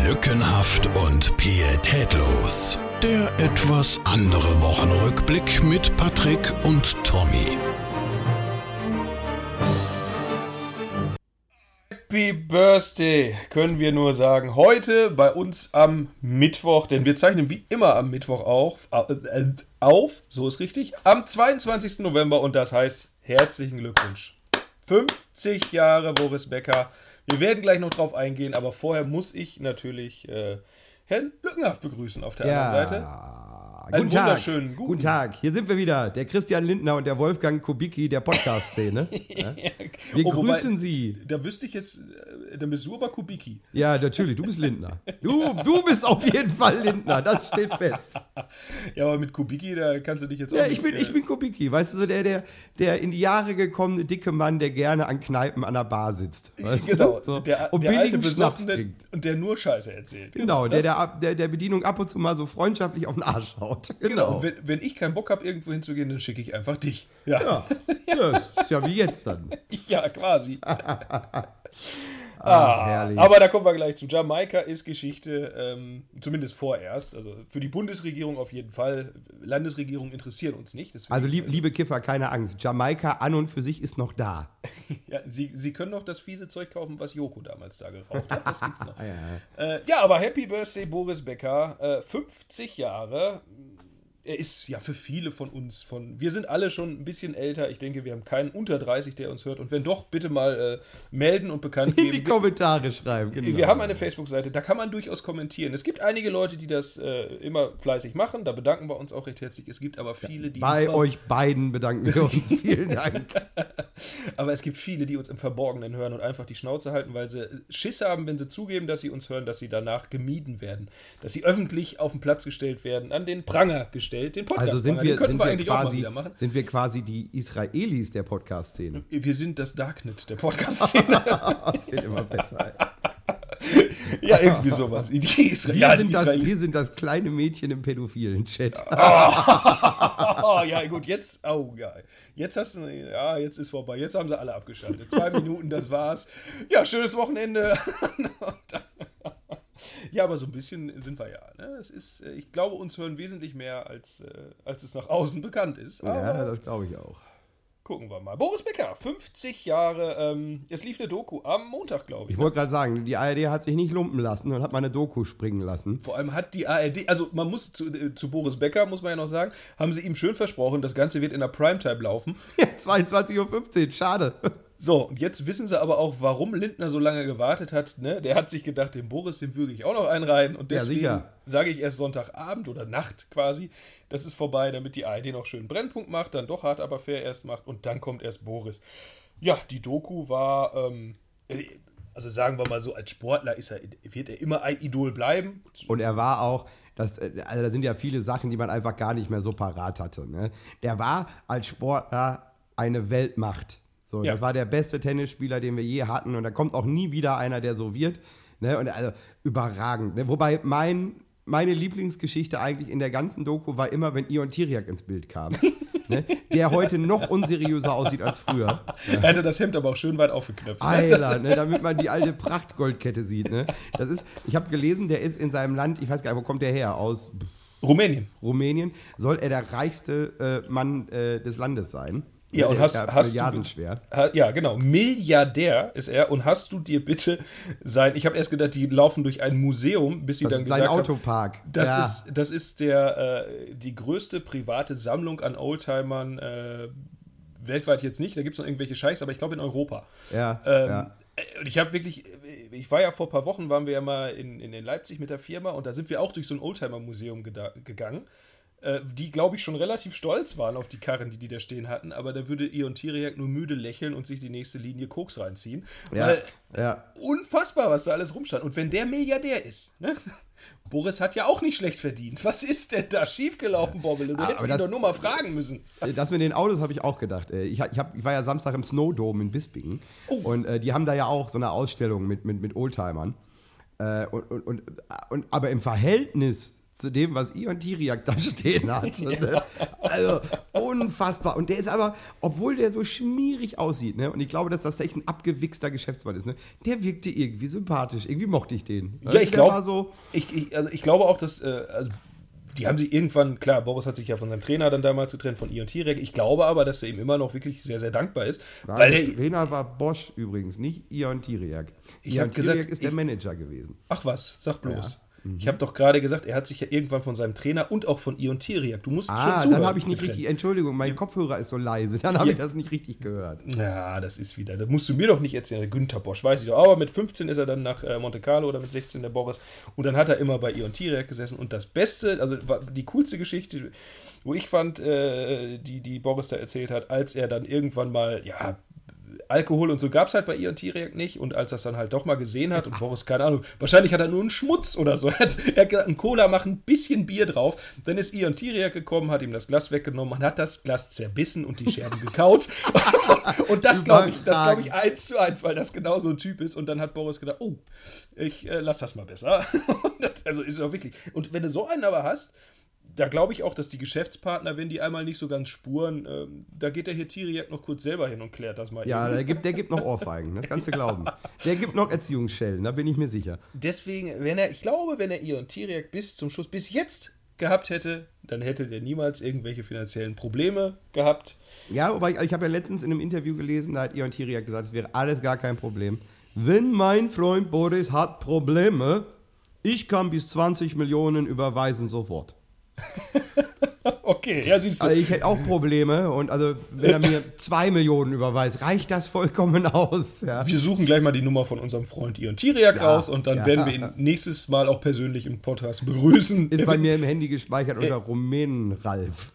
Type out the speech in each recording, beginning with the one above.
Lückenhaft und pietätlos. Der etwas andere Wochenrückblick mit Patrick und Tommy. Happy Birthday, können wir nur sagen. Heute bei uns am Mittwoch, denn wir zeichnen wie immer am Mittwoch auf, so ist richtig, am 22. November und das heißt herzlichen Glückwunsch. 50 Jahre Boris Becker. Wir werden gleich noch drauf eingehen, aber vorher muss ich natürlich Herrn Lückenhaft begrüßen auf der anderen Seite. Guten Tag. Guten Tag. Hier sind wir wieder, der Christian Lindner und der Wolfgang Kubicki der Podcast-Szene. Ja? Wir grüßen Sie. Da wüsste ich jetzt, dann bist du aber Kubicki. Ja, natürlich, du bist Lindner. Du bist auf jeden Fall Lindner, das steht fest. Ja, aber mit Kubicki, da kannst du dich jetzt auch Ja, nicht... ich bin Kubicki, weißt du, so der in die Jahre gekommene dicke Mann, der gerne an Kneipen an der Bar sitzt. Weißt genau, du? So, der und alte billigen Schnaps trinkt. Und der nur Scheiße erzählt. Genau, der Bedienung ab und zu mal so freundschaftlich auf den Arsch haut. Genau. Und wenn ich keinen Bock habe, irgendwo hinzugehen, dann schicke ich einfach dich. Ja, das ist ja wie jetzt dann. Ja, quasi. Herrlich. Aber da kommen wir gleich zu. Jamaika ist Geschichte, zumindest vorerst. Also für die Bundesregierung auf jeden Fall. Landesregierungen interessieren uns nicht. Deswegen, also liebe Kiffer, keine Angst. Jamaika an und für sich ist noch da. Ja, Sie können noch das fiese Zeug kaufen, was Joko damals da geraucht hat. Das gibt's noch. Ja, aber Happy Birthday Boris Becker. 50 Jahre. Er ist ja für viele von uns, wir sind alle schon ein bisschen älter. Ich denke, wir haben keinen unter 30, der uns hört. Und wenn doch, bitte mal melden und bekannt geben. In die Kommentare schreiben, genau. Wir haben eine Facebook-Seite, da kann man durchaus kommentieren. Es gibt einige Leute, die das immer fleißig machen. Da bedanken wir uns auch recht herzlich. Es gibt aber viele, die... Bei euch beiden bedanken wir uns. Vielen Dank. Aber es gibt viele, die uns im Verborgenen hören und einfach die Schnauze halten, weil sie Schiss haben, wenn sie zugeben, dass sie uns hören, dass sie danach gemieden werden. Dass sie öffentlich auf den Platz gestellt werden, an den Pranger gestellt. Den Podcast. Also sind wir sind wir quasi die Israelis der Podcast-Szene. Wir sind das Darknet der Podcast-Szene. Das wird immer besser. Ja, irgendwie sowas. Wir sind das kleine Mädchen im pädophilen Chat. Ja, gut, jetzt hast du, jetzt ist vorbei. Jetzt haben sie alle abgeschaltet. 2 Minuten, das war's. Ja, schönes Wochenende. Ja, aber so ein bisschen sind wir ja. Ne? Es ist, ich glaube, uns hören wesentlich mehr, als es nach außen bekannt ist. Aber ja, das glaube ich auch. Gucken wir mal. Boris Becker, 50 Jahre. Es lief eine Doku am Montag, glaube ich. Ich wollte gerade sagen, die ARD hat sich nicht lumpen lassen und hat mal eine Doku springen lassen. Vor allem hat die ARD, also man muss zu Boris Becker, muss man ja noch sagen, haben sie ihm schön versprochen, das Ganze wird in der Primetime laufen. Ja, 22:15 Uhr, schade. So, und jetzt wissen sie aber auch, warum Lindner so lange gewartet hat. Ne? Der hat sich gedacht, den Boris, den würge ich auch noch einreihen. Und deswegen sage ich erst Sonntagabend oder Nacht quasi, das ist vorbei, damit die ARD noch schön Brennpunkt macht, dann doch hart aber fair erst macht und dann kommt erst Boris. Ja, die Doku war, also sagen wir mal so, als Sportler wird er immer ein Idol bleiben. Und er war auch... also da sind ja viele Sachen, die man einfach gar nicht mehr so parat hatte. Ne? Der war als Sportler eine Weltmacht. So, ja. Das war der beste Tennisspieler, den wir je hatten. Und da kommt auch nie wieder einer, der so wird. Ne? Und also überragend. Ne? Wobei meine Lieblingsgeschichte eigentlich in der ganzen Doku war immer, wenn Ion Tiriac ins Bild kam. Ne? Der heute noch unseriöser aussieht als früher. Er hatte das Hemd aber auch schön weit aufgeknöpft. Alter, ne? Damit man die alte Prachtgoldkette sieht. Ne? Ich habe gelesen, der ist in seinem Land, ich weiß gar nicht, wo kommt der her? Aus Rumänien. Soll er der reichste Mann des Landes sein? Ja, und hast milliardenschwer. Ja, genau. Milliardär ist er. Und hast du dir bitte ich habe erst gedacht, die laufen durch ein Museum, bis sie dann gesagt haben. Sein Autopark. Das ist die größte private Sammlung an Oldtimern weltweit jetzt nicht. Da gibt es noch irgendwelche Scheichs, aber ich glaube in Europa. Ja. Und ich war ja vor ein paar Wochen, waren wir ja mal in Leipzig mit der Firma und da sind wir auch durch so ein Oldtimer-Museum gegangen. Die, glaube ich, schon relativ stolz waren auf die Karren, die da stehen hatten, aber da würde Ion Tiriac nur müde lächeln und sich die nächste Linie Koks reinziehen. Weil unfassbar, was da alles rumstand. Und wenn der Milliardär ist, ne? Boris hat ja auch nicht schlecht verdient. Was ist denn da schiefgelaufen, Bobbel? Du hättest ihn doch nur mal fragen müssen. Das mit den Autos habe ich auch gedacht. Ich war ja Samstag im Snowdome in Bispingen und die haben da ja auch so eine Ausstellung mit Oldtimern. Aber im Verhältnis zu dem, was Ion Tiriac da stehen hat. Ne? Also unfassbar. Und der ist aber, obwohl der so schmierig aussieht, ne? Und ich glaube, dass das echt ein abgewichster Geschäftsmann ist, ne? Der wirkte irgendwie sympathisch. Irgendwie mochte ich den. Ja, ich glaube so, ich glaube auch, dass also die haben sich irgendwann, klar, Boris hat sich ja von seinem Trainer dann damals getrennt, von Ion Tiriac. Ich glaube aber, dass er ihm immer noch wirklich sehr, sehr dankbar ist. Weil der Trainer war Bosch übrigens, nicht Ion Tiriac. Ion Tiriac ist der Manager gewesen. Ach was, sag bloß. Ja. Ich habe doch gerade gesagt, er hat sich ja irgendwann von seinem Trainer und auch von Ion Tiriac. Du musst schon zuhören. Dann habe ich nicht richtig, Entschuldigung, mein Kopfhörer ist so leise, dann habe ich das nicht richtig gehört. Ja, das ist wieder, das musst du mir doch nicht erzählen. Günther Bosch, weiß ich doch. Aber mit 15 ist er dann nach Monte Carlo oder mit 16 der Boris. Und dann hat er immer bei Ion Tiriac gesessen. Und das Beste, also die coolste Geschichte, wo ich fand, die Boris da erzählt hat, als er dann irgendwann mal, ja, Alkohol und so gab es halt bei Ion Tiriac nicht. Und als er es dann halt doch mal gesehen hat, und Boris, keine Ahnung, wahrscheinlich hat er nur einen Schmutz oder so. Er hat gesagt, ein Cola, mach ein bisschen Bier drauf. Dann ist Ion Tiriac gekommen, hat ihm das Glas weggenommen, man hat das Glas zerbissen und die Scherben gekaut. Und das glaube ich 1:1, weil das genau so ein Typ ist. Und dann hat Boris gedacht, oh, ich lass das mal besser. Also ist ja wirklich. Und wenn du so einen aber hast, da glaube ich auch, dass die Geschäftspartner, wenn die einmal nicht so ganz spuren, da geht der hier Tiriac noch kurz selber hin und klärt das mal. Ja, der gibt noch Ohrfeigen, das kannst du glauben. Der gibt noch Erziehungsschellen, da bin ich mir sicher. Deswegen, wenn er Ion Tiriac bis zum Schluss, bis jetzt gehabt hätte, dann hätte der niemals irgendwelche finanziellen Probleme gehabt. Ja, aber ich habe ja letztens in einem Interview gelesen, da hat Ion Tiriac gesagt, es wäre alles gar kein Problem. Wenn mein Freund Boris hat Probleme, ich kann bis 20 Millionen überweisen sofort. Okay, ja, siehst du. Also ich hätte auch Probleme und also wenn er mir 2 Millionen überweist, reicht das vollkommen aus. Ja. Wir suchen gleich mal die Nummer von unserem Freund Ion Tiriac raus und dann werden wir ihn nächstes Mal auch persönlich im Podcast begrüßen. Ist bei mir im Handy gespeichert unter Rumänen Ralf.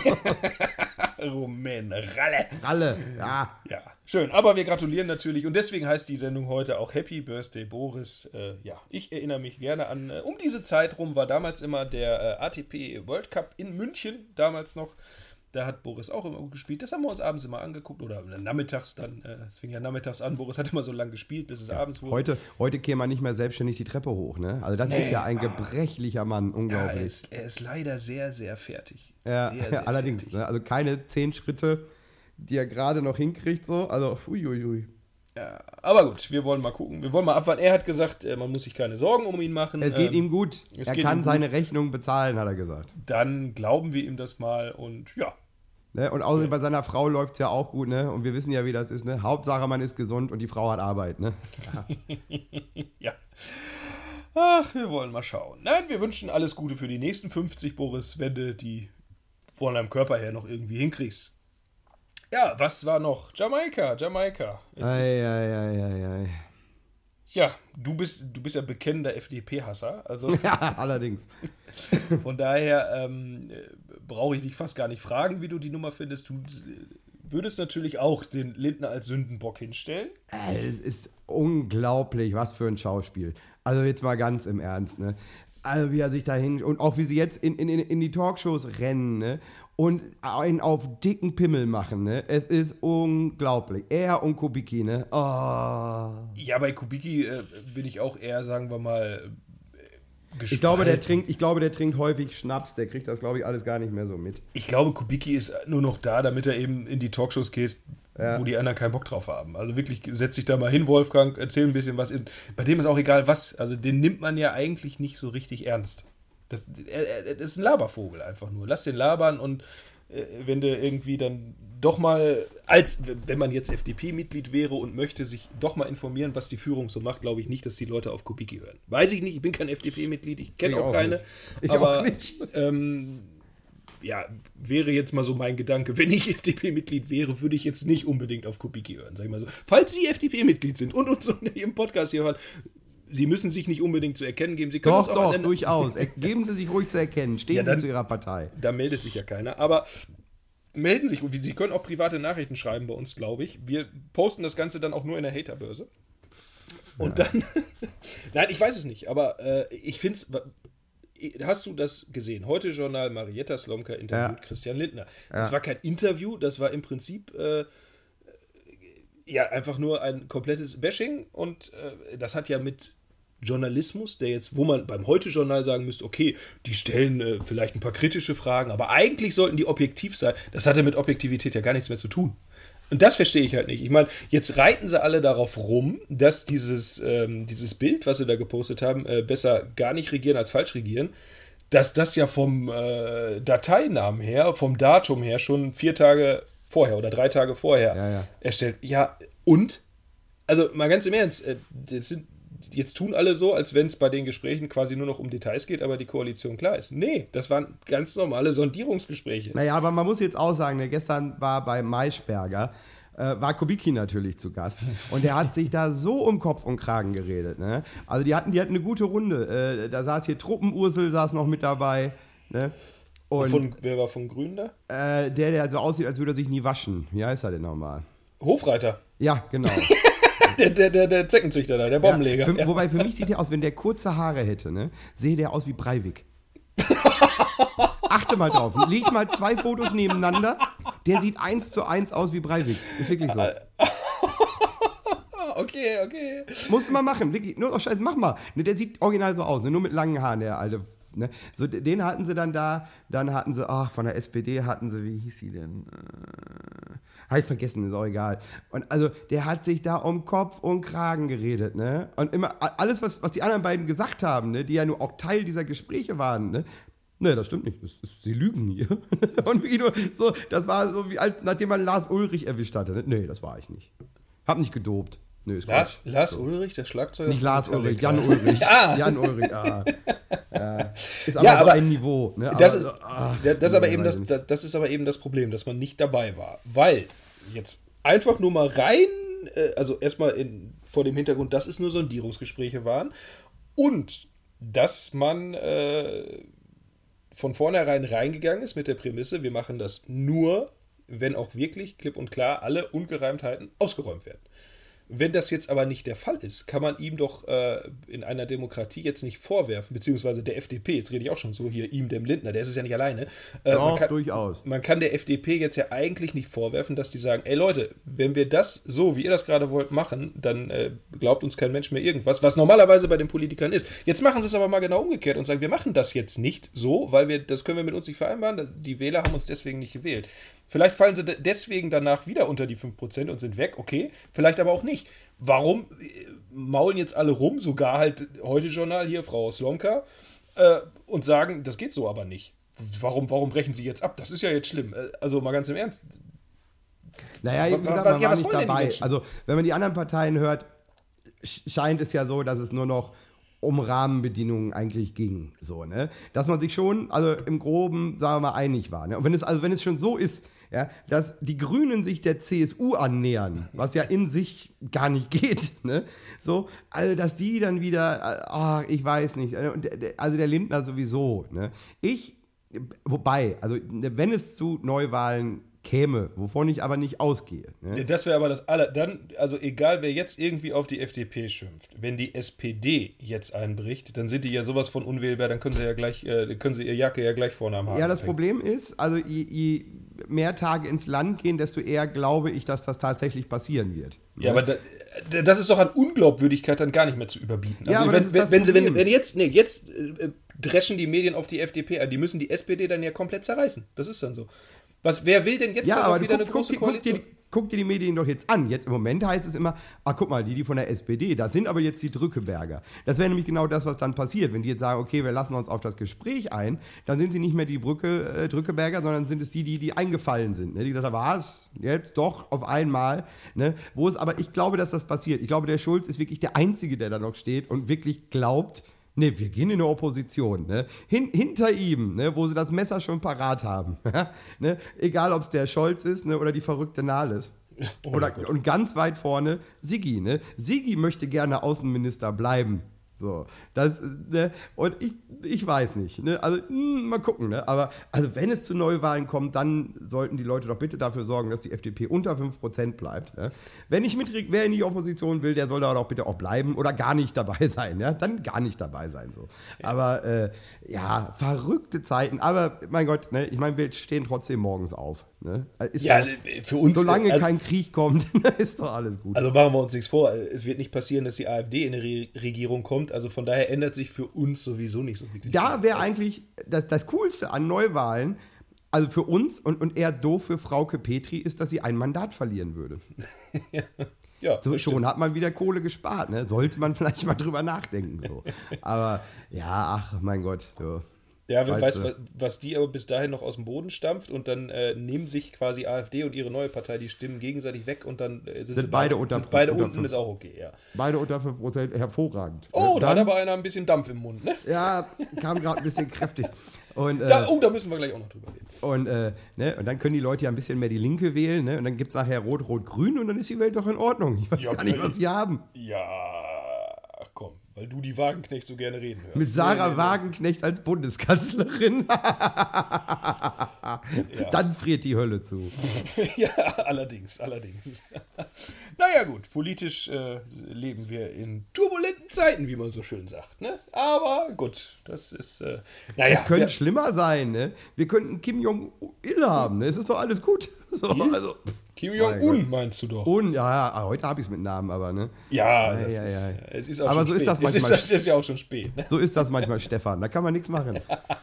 Rumänen Ralle. Ralle, ja. Ja, schön. Aber wir gratulieren natürlich und deswegen heißt die Sendung heute auch Happy Birthday Boris. Ja, ich erinnere mich gerne an, um diese Zeit rum war damals immer der ATP World Cup in München, damals noch. Da hat Boris auch immer gut gespielt. Das haben wir uns abends immer angeguckt oder nachmittags dann. Es fing ja nachmittags an. Boris hat immer so lange gespielt, bis es abends wurde. Heute käme man nicht mehr selbstständig die Treppe hoch, ne? Also das ist ja ein gebrechlicher Mann, unglaublich. Ja, er ist leider sehr, sehr fertig. Ja, sehr, sehr allerdings. fertig. Ne? Also keine 10 Schritte, die er gerade noch hinkriegt, so. Also, uiuiui. Ja, aber gut, wir wollen mal gucken. Wir wollen mal abwarten. Er hat gesagt, man muss sich keine Sorgen um ihn machen. Es geht ihm gut. Er kann seine Rechnung bezahlen, hat er gesagt. Dann glauben wir ihm das mal und ja. Ne? Und außerdem bei seiner Frau läuft es ja auch gut, ne? Und wir wissen ja, wie das ist, ne? Hauptsache, man ist gesund und die Frau hat Arbeit, ne? Ja. Ja. Ach, wir wollen mal schauen. Nein, wir wünschen alles Gute für die nächsten 50, Boris, wenn du die von deinem Körper her noch irgendwie hinkriegst. Ja, was war noch? Jamaika. Ei. Ja, du bist ja bekennender FDP-Hasser. Also, ja, allerdings. Von daher brauche ich dich fast gar nicht fragen, wie du die Nummer findest. Du würdest natürlich auch den Lindner als Sündenbock hinstellen. Es ist unglaublich, was für ein Schauspiel. Also jetzt mal ganz im Ernst, ne? Also wie er sich da hin und auch wie sie jetzt in die Talkshows rennen, ne? Und einen auf dicken Pimmel machen, ne? Es ist unglaublich. Er und Kubicki, ne? Oh. Ja, bei Kubicki bin ich auch eher, sagen wir mal, gespalten. Ich glaube, der trinkt häufig Schnaps. Der kriegt das, glaube ich, alles gar nicht mehr so mit. Ich glaube, Kubicki ist nur noch da, damit er eben in die Talkshows geht, wo die anderen keinen Bock drauf haben. Also wirklich, setz dich da mal hin, Wolfgang, erzähl ein bisschen was. Bei dem ist auch egal was. Also den nimmt man ja eigentlich nicht so richtig ernst. Das ist ein Labervogel einfach nur. Lass den labern und wenn der irgendwie dann doch mal, wenn man jetzt FDP-Mitglied wäre und möchte sich doch mal informieren, was die Führung so macht, glaube ich nicht, dass die Leute auf Kubicki hören. Weiß ich nicht, ich bin kein FDP-Mitglied, ich kenne auch keine. Ich auch nicht. Ja, wäre jetzt mal so mein Gedanke, wenn ich FDP-Mitglied wäre, würde ich jetzt nicht unbedingt auf Kubicki hören, sag ich mal so. Falls Sie FDP-Mitglied sind und uns so im Podcast hier hören, Sie müssen sich nicht unbedingt zu erkennen geben. Sie können doch, durchaus. Geben Sie sich ruhig zu erkennen. Stehen Sie zu Ihrer Partei. Da meldet sich ja keiner. Aber melden sich. Sie können auch private Nachrichten schreiben bei uns, glaube ich. Wir posten das Ganze dann auch nur in der Haterbörse. Und dann... Nein, ich weiß es nicht. Aber ich finde es... Hast du das gesehen? Heute Journal, Marietta Slomka interviewt Christian Lindner. Das war kein Interview, das war im Prinzip... einfach nur ein komplettes Bashing und das hat ja mit Journalismus, der jetzt, wo man beim Heute-Journal sagen müsste, okay, die stellen vielleicht ein paar kritische Fragen, aber eigentlich sollten die objektiv sein. Das hatte mit Objektivität ja gar nichts mehr zu tun. Und das verstehe ich halt nicht. Ich meine, jetzt reiten sie alle darauf rum, dass dieses Bild, was sie da gepostet haben, besser gar nicht regieren als falsch regieren, dass das ja vom Dateinamen her, vom Datum her schon 4 Tage vorher oder 3 Tage vorher erstellt. Ja, und? Also mal ganz im Ernst, jetzt tun alle so, als wenn es bei den Gesprächen quasi nur noch um Details geht, aber die Koalition klar ist. Nee, das waren ganz normale Sondierungsgespräche. Naja, aber man muss jetzt auch sagen, gestern war bei Maischberger, war Kubicki natürlich zu Gast. Und der hat sich da so um Kopf und Kragen geredet. Ne? Also die hatten eine gute Runde. Da saß hier Truppenursel, saß noch mit dabei. Ne? Und wer war von Grünen da? Der so aussieht, als würde er sich nie waschen. Wie heißt er denn nochmal? Hofreiter. Ja, genau. der Zeckenzüchter da, der Bombenleger. Ja, wobei für mich sieht der aus, wenn der kurze Haare hätte, ne, sehe der aus wie Breivik. Achte mal drauf. Leg mal 2 Fotos nebeneinander. Der sieht 1:1 aus wie Breivik. Ist wirklich so. Okay. Musst du mal machen. Wirklich. Nur auf Scheiße, mach mal. Ne, der sieht original so aus. Ne, nur mit langen Haaren, der alte. Ne? So, den hatten sie dann da. Dann hatten sie, von der SPD hatten sie, wie hieß sie denn? Habe ich vergessen, ist auch egal. Und also, der hat sich da um Kopf und Kragen geredet, ne? Und immer alles, was die anderen beiden gesagt haben, ne, die ja nur auch Teil dieser Gespräche waren, ne? Ne, das stimmt nicht. Sie lügen hier. Und wie nur so, das war so wie nachdem man Lars Ulrich erwischt hatte. Ne? Nee, das war ich nicht. Hab nicht gedopt. Nö, ist Lars Ulrich, der Schlagzeuger? Nicht Lars Ulrich, Jan Ulrich. Jan Ulrich, Ja. Ist aber ja, so ein Niveau. Ne? Das ist aber eben das Problem, dass man nicht dabei war. Weil jetzt einfach nur mal rein, also erstmal vor dem Hintergrund, dass es nur Sondierungsgespräche waren und dass man von vornherein reingegangen ist mit der Prämisse, wir machen das nur, wenn auch wirklich klipp und klar alle Ungereimtheiten ausgeräumt werden. Wenn das jetzt aber nicht der Fall ist, kann man ihm doch in einer Demokratie jetzt nicht vorwerfen, beziehungsweise der FDP, jetzt rede ich auch schon so hier, ihm, dem Lindner, der ist es ja nicht alleine. Durchaus. Man kann der FDP jetzt ja eigentlich nicht vorwerfen, dass die sagen, ey Leute, wenn wir das so, wie ihr das gerade wollt, machen, dann glaubt uns kein Mensch mehr irgendwas, was normalerweise bei den Politikern ist. Jetzt machen sie es aber mal genau umgekehrt und sagen, wir machen das jetzt nicht so, weil das können wir mit uns nicht vereinbaren, die Wähler haben uns deswegen nicht gewählt. Vielleicht fallen sie deswegen danach wieder unter die 5% und sind weg, okay, vielleicht aber auch nicht. Warum maulen jetzt alle rum, sogar halt Heute-Journal hier, Frau Slomka, und sagen, das geht so aber nicht. Warum brechen sie jetzt ab? Das ist ja jetzt schlimm. Also mal ganz im Ernst. Naja, wie gesagt, man war nicht dabei. Also wenn man die anderen Parteien hört, scheint es ja so, dass es nur noch um Rahmenbedingungen eigentlich ging. So, ne? Dass man sich schon, also im Groben, sagen wir mal, einig war. Ne? Und wenn es schon so ist, ja, dass die Grünen sich der CSU annähern, was ja in sich gar nicht geht, ne? So, also dass die dann wieder, ich weiß nicht, also der Lindner sowieso, ne? Wobei, also wenn es zu Neuwahlen käme, wovon ich aber nicht ausgehe. Ne? Das wäre aber also egal wer jetzt irgendwie auf die FDP schimpft, wenn die SPD jetzt einbricht, dann sind die ja sowas von unwählbar, dann können sie ja gleich, können sie ihr Jacke ja gleich vorne am Haken. Ja, das Problem ist, also je mehr Tage ins Land gehen, desto eher glaube ich, dass das tatsächlich passieren wird. Ne? Ja, aber das ist doch an Unglaubwürdigkeit dann gar nicht mehr zu überbieten. Ja, also aber wenn jetzt dreschen die Medien auf die FDP an, die müssen die SPD dann ja komplett zerreißen. Das ist dann so. Wer will denn jetzt aber wieder eine große Koalition? Guck dir die Medien doch jetzt an. Jetzt im Moment heißt es immer, guck mal, die von der SPD, das sind aber jetzt die Drückeberger. Das wäre nämlich genau das, was dann passiert. Wenn die jetzt sagen, okay, wir lassen uns auf das Gespräch ein, dann sind sie nicht mehr die Drückeberger, sondern sind es die eingefallen sind. Ne? Die gesagt haben, was? Jetzt doch auf einmal. Ne? Aber ich glaube, dass das passiert. Ich glaube, der Schulz ist wirklich der Einzige, der da noch steht und wirklich glaubt, ne, wir gehen in eine Opposition. Ne? Hinter ihm, ne, wo sie das Messer schon parat haben. Ne? Egal, ob es der Scholz ist, ne, oder die verrückte Nahles. Und ganz weit vorne Siggi. Ne? Siggi möchte gerne Außenminister bleiben. So, ne, und ich weiß nicht, ne, also mal gucken, ne, aber also wenn es zu Neuwahlen kommt, dann sollten die Leute doch bitte dafür sorgen, dass die FDP unter 5% bleibt. Ne? Wer in die Opposition will, der soll da doch bitte auch bleiben oder gar nicht dabei sein, ja, dann gar nicht dabei sein, so. Aber verrückte Zeiten, aber mein Gott, ne, ich meine, wir stehen trotzdem morgens auf. Ne? Für uns. Solange kein Krieg kommt, ist doch alles gut. Also machen wir uns nichts vor, es wird nicht passieren, dass die AfD in eine Regierung kommt kommt. Also von daher ändert sich für uns sowieso nicht so wirklich. Da wäre eigentlich das Coolste an Neuwahlen, also für uns und eher doof für Frauke Petri, ist, dass sie ein Mandat verlieren würde. Ja, so, schon hat man wieder Kohle gespart, ne? Sollte man vielleicht mal drüber nachdenken. So. Aber ja, ach mein Gott. So. Ja, wer weiß, was die aber bis dahin noch aus dem Boden stampft und dann nehmen sich quasi AfD und ihre neue Partei die Stimmen gegenseitig weg und dann sind beide unter unten, 5. Ist auch okay, ja. Beide unter 5%, hervorragend. Oh, da hat aber einer ein bisschen Dampf im Mund, ne? Ja, kam gerade ein bisschen kräftig. Und, da müssen wir gleich auch noch drüber reden. Und dann können die Leute ja ein bisschen mehr die Linke wählen, ne? Und dann gibt es nachher Rot-Rot-Grün und dann ist die Welt doch in Ordnung. Ich weiß gar nicht, was sie haben. Ja, ach komm, weil du die Wagenknecht so gerne reden hörst. Mit Sarah Wagenknecht als Bundeskanzlerin. Dann friert die Hölle zu. Ja, allerdings. Naja gut, politisch leben wir in turbulenten Zeiten, wie man so schön sagt. Ne? Aber gut, das ist... es könnte schlimmer sein. Ne? Wir könnten Kim Jong-il haben. Ne? Es ist doch alles gut. So, also, Kim Jong-un meinst du doch. Ja, heute habe ich es mit Namen, aber ne? Ja, es ist auch aber schon so spät. Ist das manchmal. Es ist ja auch schon spät. Ne? So ist das manchmal, Stefan. Da kann man nichts machen.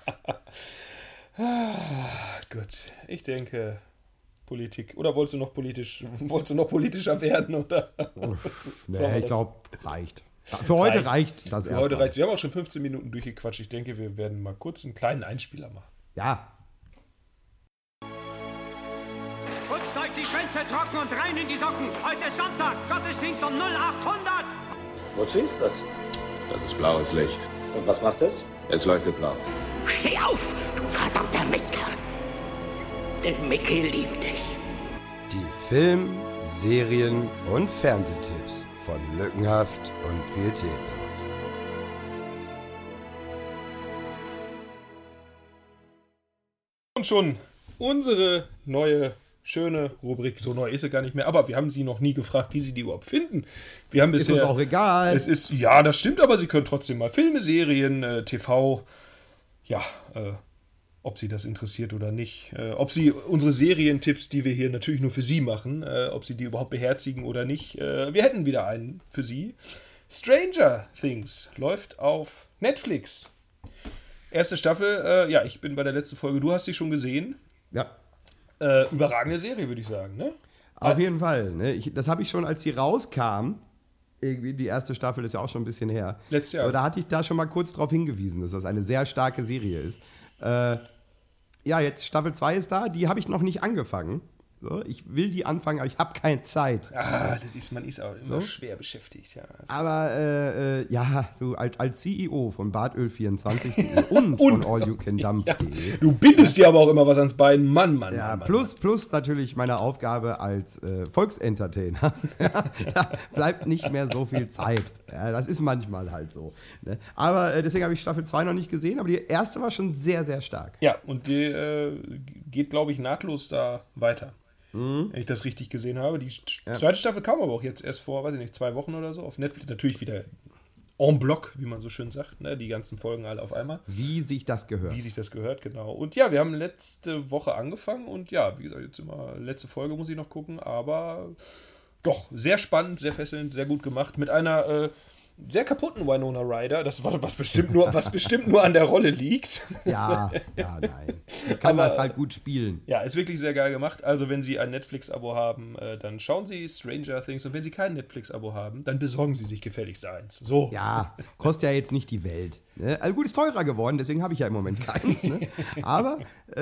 Gut, ich denke, Politik. Oder wolltest du noch politischer werden? Oder? Nee, ich glaube, reicht. Für heute reicht das erstmal. Heute reicht. Wir haben auch schon 15 Minuten durchgequatscht. Ich denke, wir werden mal kurz einen kleinen Einspieler machen. Ja. Putzt euch die Schwänze trocken und rein in die Socken. Heute ist Sonntag, Gottesdienst um 0800. Wozu ist das? Das ist blaues Licht. Und was macht es? Es leuchtet blau. Steh auf, du verdammter Mistkerl. Denn Mickey liebt dich. Die Film-, Serien- und Fernsehtipps von Lückenhaft und Pietätlos. Und schon unsere neue, schöne Rubrik. So neu ist sie gar nicht mehr, aber wir haben sie noch nie gefragt, wie sie die überhaupt finden. Wir haben bisher, ist uns auch egal. Ja, das stimmt, aber sie können trotzdem mal Filme, Serien, TV, ob sie das interessiert oder nicht. Ob sie unsere Serientipps, die wir hier natürlich nur für sie machen, ob sie die überhaupt beherzigen oder nicht. Wir hätten wieder einen für sie. Stranger Things läuft auf Netflix. Erste Staffel, ich bin bei der letzten Folge, du hast sie schon gesehen. Ja. Überragende Serie, würde ich sagen, ne? Auf jeden Fall. Ne? Das habe ich schon, als sie rauskam, irgendwie die erste Staffel ist ja auch schon ein bisschen her. Letztes Jahr. So, da hatte ich da schon mal kurz drauf hingewiesen, dass das eine sehr starke Serie ist. Jetzt Staffel 2 ist da, die habe ich noch nicht angefangen. So, ich will die anfangen, aber ich habe keine Zeit. Man ist auch immer schwer beschäftigt, ja. Aber so als CEO von Badöl24.de und von allyoucandampf.de. Du bindest dir aber auch immer was ans Bein, Mann. Plus natürlich meine Aufgabe als Volksentertainer. Da bleibt nicht mehr so viel Zeit. Ja, das ist manchmal halt so. Ne? Aber deswegen habe ich Staffel 2 noch nicht gesehen, aber die erste war schon sehr, sehr stark. Ja, und die geht, glaube ich, nahtlos da weiter. Wenn ich das richtig gesehen habe. Die zweite Staffel kam aber auch jetzt erst vor, 2 Wochen oder so auf Netflix. Natürlich wieder en bloc, wie man so schön sagt. Ne? Die ganzen Folgen alle auf einmal. Wie sich das gehört. Genau. Und ja, wir haben letzte Woche angefangen und ja, wie gesagt, jetzt immer letzte Folge muss ich noch gucken, aber doch, sehr spannend, sehr fesselnd, sehr gut gemacht. Mit einer sehr kaputten Winona Ryder, was bestimmt nur an der Rolle liegt. Ja, nein. Kann das halt gut spielen. Ja, ist wirklich sehr geil gemacht. Also wenn Sie ein Netflix-Abo haben, dann schauen Sie Stranger Things. Und wenn Sie kein Netflix-Abo haben, dann besorgen Sie sich gefälligst eins. So. Ja, kostet ja jetzt nicht die Welt. Ne? Also gut, ist teurer geworden, deswegen habe ich ja im Moment keins. Ne? Aber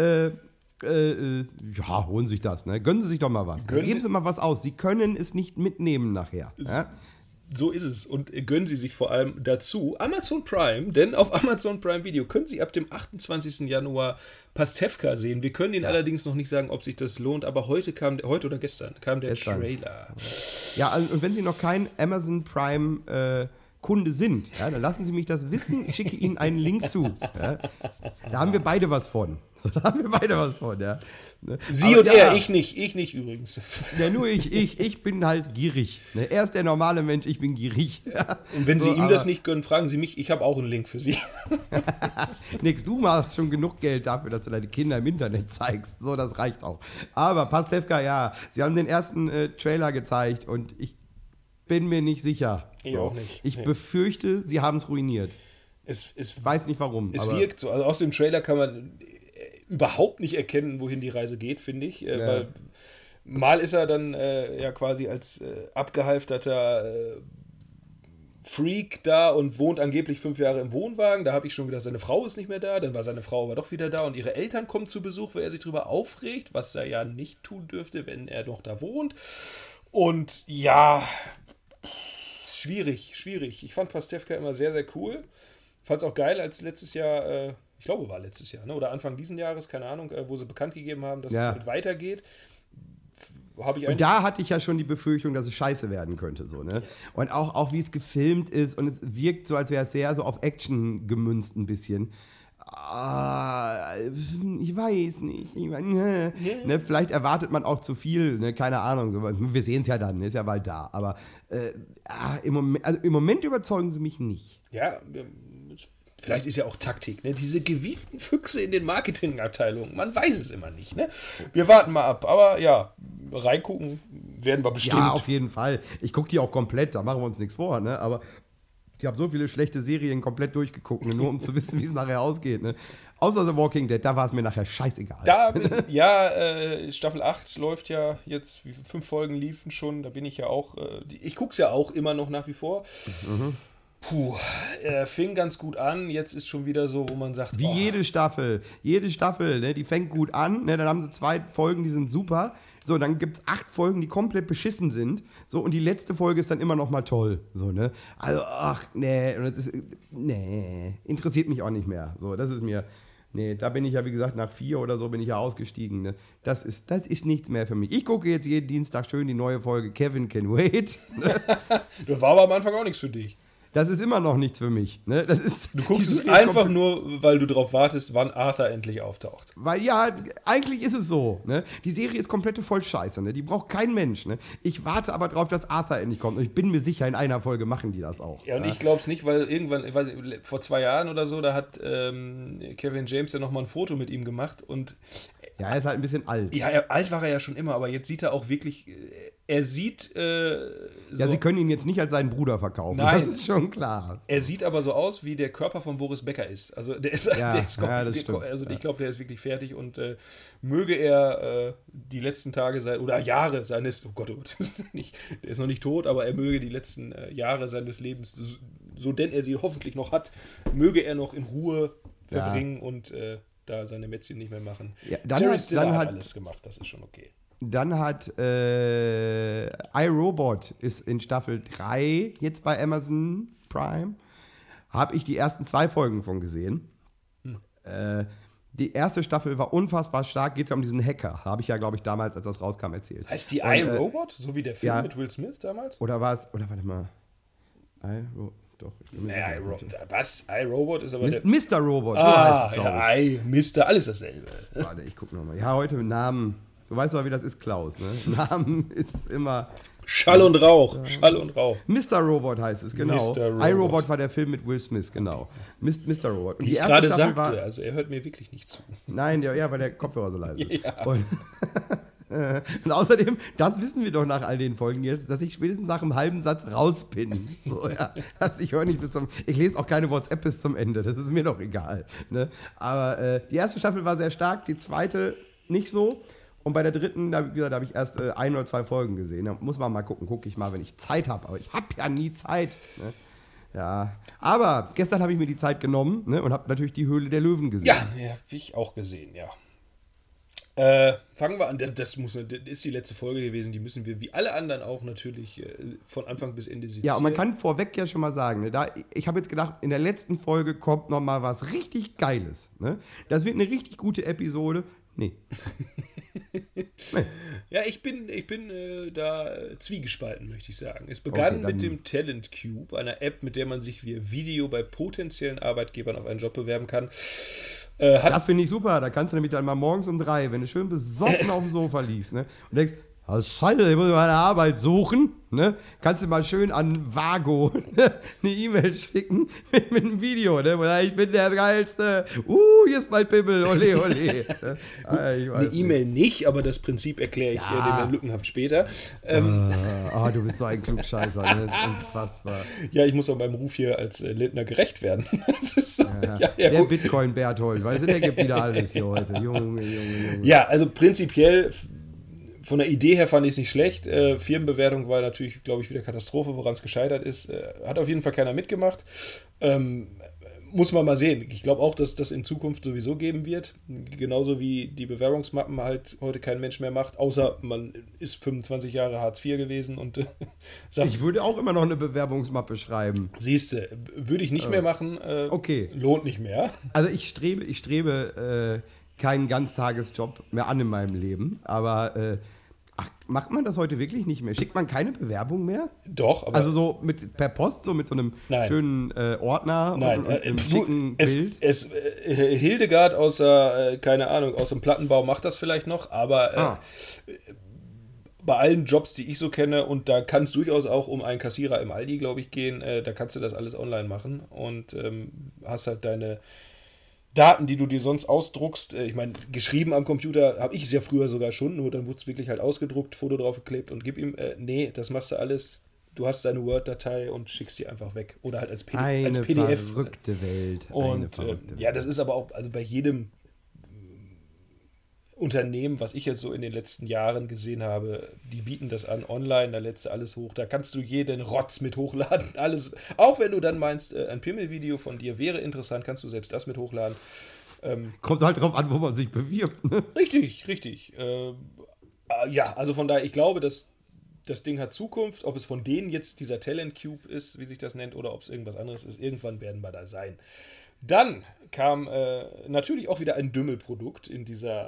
holen Sie sich das. Ne? Gönnen Sie sich doch mal was. Geben Sie mal was aus. Sie können es nicht mitnehmen nachher. Ja? So ist es. Und gönnen Sie sich vor allem dazu Amazon Prime, denn auf Amazon Prime Video können Sie ab dem 28. Januar Pastewka sehen. Wir können Ihnen allerdings noch nicht sagen, ob sich das lohnt, aber heute oder gestern kam der Trailer. Ja, also, und wenn Sie noch kein Amazon Prime Kunde sind, dann lassen Sie mich das wissen. Ich schicke Ihnen einen Link zu. Ja? Da haben wir beide was von. Ja. Sie und er, ich nicht übrigens. Ja, nur ich bin halt gierig. Ne? Er ist der normale Mensch, ich bin gierig. Ja. Und wenn Sie ihm das nicht gönnen, fragen Sie mich, ich habe auch einen Link für Sie. Nix, du machst schon genug Geld dafür, dass du deine Kinder im Internet zeigst. So, das reicht auch. Aber Pastewka, ja, Sie haben den ersten Trailer gezeigt und bin mir nicht sicher. Ich auch nicht. Ich befürchte, sie haben es ruiniert. Ich weiß nicht warum. Es wirkt so. Also aus dem Trailer kann man überhaupt nicht erkennen, wohin die Reise geht, finde ich. Weil mal ist er dann quasi als abgehalfterter Freak da und wohnt angeblich 5 Jahre im Wohnwagen. Da habe ich schon gedacht, seine Frau ist nicht mehr da. Dann war seine Frau aber doch wieder da und ihre Eltern kommen zu Besuch, weil er sich darüber aufregt, was er ja nicht tun dürfte, wenn er doch da wohnt. Und ja, schwierig. Ich fand Pastewka immer sehr, sehr cool. Fand es auch geil, als letztes Jahr, ich glaube, war letztes Jahr, ne? Oder Anfang diesen Jahres, keine Ahnung, wo sie bekannt gegeben haben, dass es halt weitergeht. Und da hatte ich ja schon die Befürchtung, dass es scheiße werden könnte. So, ne? Und auch wie es gefilmt ist und es wirkt so, als wäre es sehr so auf Action gemünzt ein bisschen. Ich weiß nicht. Ne, vielleicht erwartet man auch zu viel, ne? Keine Ahnung. So. Wir sehen es ja dann, ist ja bald da. Aber im Moment überzeugen sie mich nicht. Ja, vielleicht ist ja auch Taktik, ne? Diese gewieften Füchse in den Marketingabteilungen, man weiß es immer nicht, ne? Wir warten mal ab, aber ja, reingucken werden wir bestimmt. Ja, auf jeden Fall. Ich gucke die auch komplett, da machen wir uns nichts vor, ne? Aber ich habe so viele schlechte Serien komplett durchgeguckt, ne? Nur um zu wissen, wie es nachher ausgeht, ne? Außer The Walking Dead, da war es mir nachher scheißegal. Staffel 8 läuft ja jetzt, 5 Folgen liefen schon, da bin ich ja auch, ich gucke es ja auch immer noch nach wie vor. Fing ganz gut an, jetzt ist schon wieder so, wo man sagt... Wie jede Staffel, ne, die fängt gut an, ne, dann haben sie 2 Folgen, die sind super, so, dann gibt es 8 Folgen, die komplett beschissen sind, so, und die letzte Folge ist dann immer noch mal toll, so, ne, also, interessiert mich auch nicht mehr, so, das ist mir... Nee, da bin ich ja, wie gesagt, nach 4 oder so bin ich ja ausgestiegen. Ne? Das ist nichts mehr für mich. Ich gucke jetzt jeden Dienstag schön die neue Folge Kevin Can Wait. Ne? Das war aber am Anfang auch nichts für dich. Das ist immer noch nichts für mich. Ne? Du guckst es einfach nur, weil du darauf wartest, wann Arthur endlich auftaucht. Weil ja, eigentlich ist es so. Ne? Die Serie ist komplette Vollscheiße. Ne? Die braucht kein Mensch. Ne? Ich warte aber darauf, dass Arthur endlich kommt. Und ich bin mir sicher, in einer Folge machen die das auch. Ja, und ich glaube es nicht, weil irgendwann, vor 2 Jahren oder so, da hat Kevin James ja nochmal ein Foto mit ihm gemacht. Und ja, er ist halt ein bisschen alt. Ja, alt war er ja schon immer, aber jetzt sieht er auch wirklich... Er sieht ja, sie können ihn jetzt nicht als seinen Bruder verkaufen. Nein. Das ist schon klar. Er sieht aber so aus, wie der Körper von Boris Becker ist. Also der ist, das stimmt. Also ich glaube, der ist wirklich fertig und möge er die letzten Tage oder Jahre seines, oh Gott, der ist noch nicht tot, aber er möge die letzten Jahre seines Lebens, so denn er sie hoffentlich noch hat, möge er noch in Ruhe verbringen und da seine Mätzchen nicht mehr machen. Ja, Jerry Stiller hat alles gemacht, das ist schon okay. Dann hat iRobot ist in Staffel 3 jetzt bei Amazon Prime. Habe ich die ersten 2 Folgen von gesehen. Die erste Staffel war unfassbar stark. Geht es ja um diesen Hacker. Habe ich ja, glaube ich, damals, als das rauskam, erzählt. Heißt die iRobot? So wie der Film mit Will Smith damals? Oder war es, warte mal. Doch. Was? iRobot ist aber Mr. Robot, so heißt es, glaube ich. Mr. Alles dasselbe. Warte, ich gucke nochmal. Ja, heute mit Namen. Du weißt doch, wie das ist, Klaus, ne? Namen ist immer... Schall und Rauch. Mr. Robot heißt es, genau. iRobot war der Film mit Will Smith, genau. Mr. Robot. Und die erste Staffel war... Also er hört mir wirklich nicht zu. Nein, weil der Kopfhörer so leise ist. Ja. Und außerdem, das wissen wir doch nach all den Folgen jetzt, dass ich spätestens nach einem halben Satz rauspinne. So, ja. Also ich höre nicht ich lese auch keine WhatsApp bis zum Ende, das ist mir doch egal. Ne? Aber die erste Staffel war sehr stark, die zweite nicht so. Und bei der dritten, da habe ich erst 1 oder 2 Folgen gesehen. Da muss man mal gucken, gucke ich mal, wenn ich Zeit habe. Aber ich habe ja nie Zeit. Ne? Ja, aber gestern habe ich mir die Zeit genommen, ne, und habe natürlich die Höhle der Löwen gesehen. Ja, habe ich auch gesehen, ja. Fangen wir an, das ist die letzte Folge gewesen, die müssen wir wie alle anderen auch natürlich von Anfang bis Ende sezieren. Ja, und man kann vorweg ja schon mal sagen, ne, ich habe jetzt gedacht, in der letzten Folge kommt noch mal was richtig Geiles. Ne? Das wird eine richtig gute Episode. Nee. Ja, ich bin da zwiegespalten, möchte ich sagen. Es begann mit dem Talent Cube, einer App, mit der man sich via Video bei potenziellen Arbeitgebern auf einen Job bewerben kann. Das finde ich super. Da kannst du nämlich dann mal morgens um 3, wenn du schön besoffen auf dem Sofa liegst, ne, und denkst, Scheiße, ich muss meine Arbeit suchen. Ne? Kannst du mal schön an Vago eine E-Mail schicken mit einem Video, ne? Ich bin der Geilste. Hier ist mein Pimmel, ole, ole. Eine E-Mail nicht, aber das Prinzip erkläre ich dir lückenhaft später. Du bist so ein Klugscheißer, ne? Das ist unfassbar. Ja, ich muss auch meinem Ruf hier als Lindner gerecht werden. Das ist so, der Bitcoin-Berthold, weißt du, der gibt wieder alles hier heute. Junge. Ja, also prinzipiell von der Idee her fand ich es nicht schlecht. Firmenbewertung war natürlich, glaube ich, wieder Katastrophe, woran es gescheitert ist. Hat auf jeden Fall keiner mitgemacht. Muss man mal sehen. Ich glaube auch, dass das in Zukunft sowieso geben wird. Genauso wie die Bewerbungsmappen halt heute kein Mensch mehr macht, außer man ist 25 Jahre Hartz IV gewesen und sagt... Ich würde auch immer noch eine Bewerbungsmappe schreiben. Siehste, würde ich nicht mehr machen. Okay. Lohnt nicht mehr. Also ich strebe keinen Ganztagesjob mehr an in meinem Leben, aber macht man das heute wirklich nicht mehr? Schickt man keine Bewerbung mehr? Doch, aber... Also so per Post, so mit so einem schönen Ordner und einem schicken Bild? Hildegard aus dem Plattenbau macht das vielleicht noch, aber bei allen Jobs, die ich so kenne, und da kann es durchaus auch um einen Kassierer im Aldi, glaube ich, gehen, da kannst du das alles online machen und hast halt deine Daten, die du dir sonst ausdruckst, ich meine, geschrieben am Computer habe ich es ja früher sogar schon, nur dann wurde es wirklich halt ausgedruckt, Foto draufgeklebt und gib ihm, nee, das machst du alles, du hast deine Word-Datei und schickst die einfach weg oder halt als PDF. Eine verrückte Welt. Und das ist aber auch, also bei jedem Unternehmen, was ich jetzt so in den letzten Jahren gesehen habe, die bieten das an online, da lädst du alles hoch, da kannst du jeden Rotz mit hochladen, alles, auch wenn du dann meinst, ein Pimmelvideo von dir wäre interessant, kannst du selbst das mit hochladen. Kommt halt drauf an, wo man sich bewirbt, ne? Richtig. Ja, also von daher, ich glaube, dass das Ding hat Zukunft, ob es von denen jetzt dieser Talent Cube ist, wie sich das nennt, oder ob es irgendwas anderes ist, irgendwann werden wir da sein. Dann kam natürlich auch wieder ein Dümmelprodukt in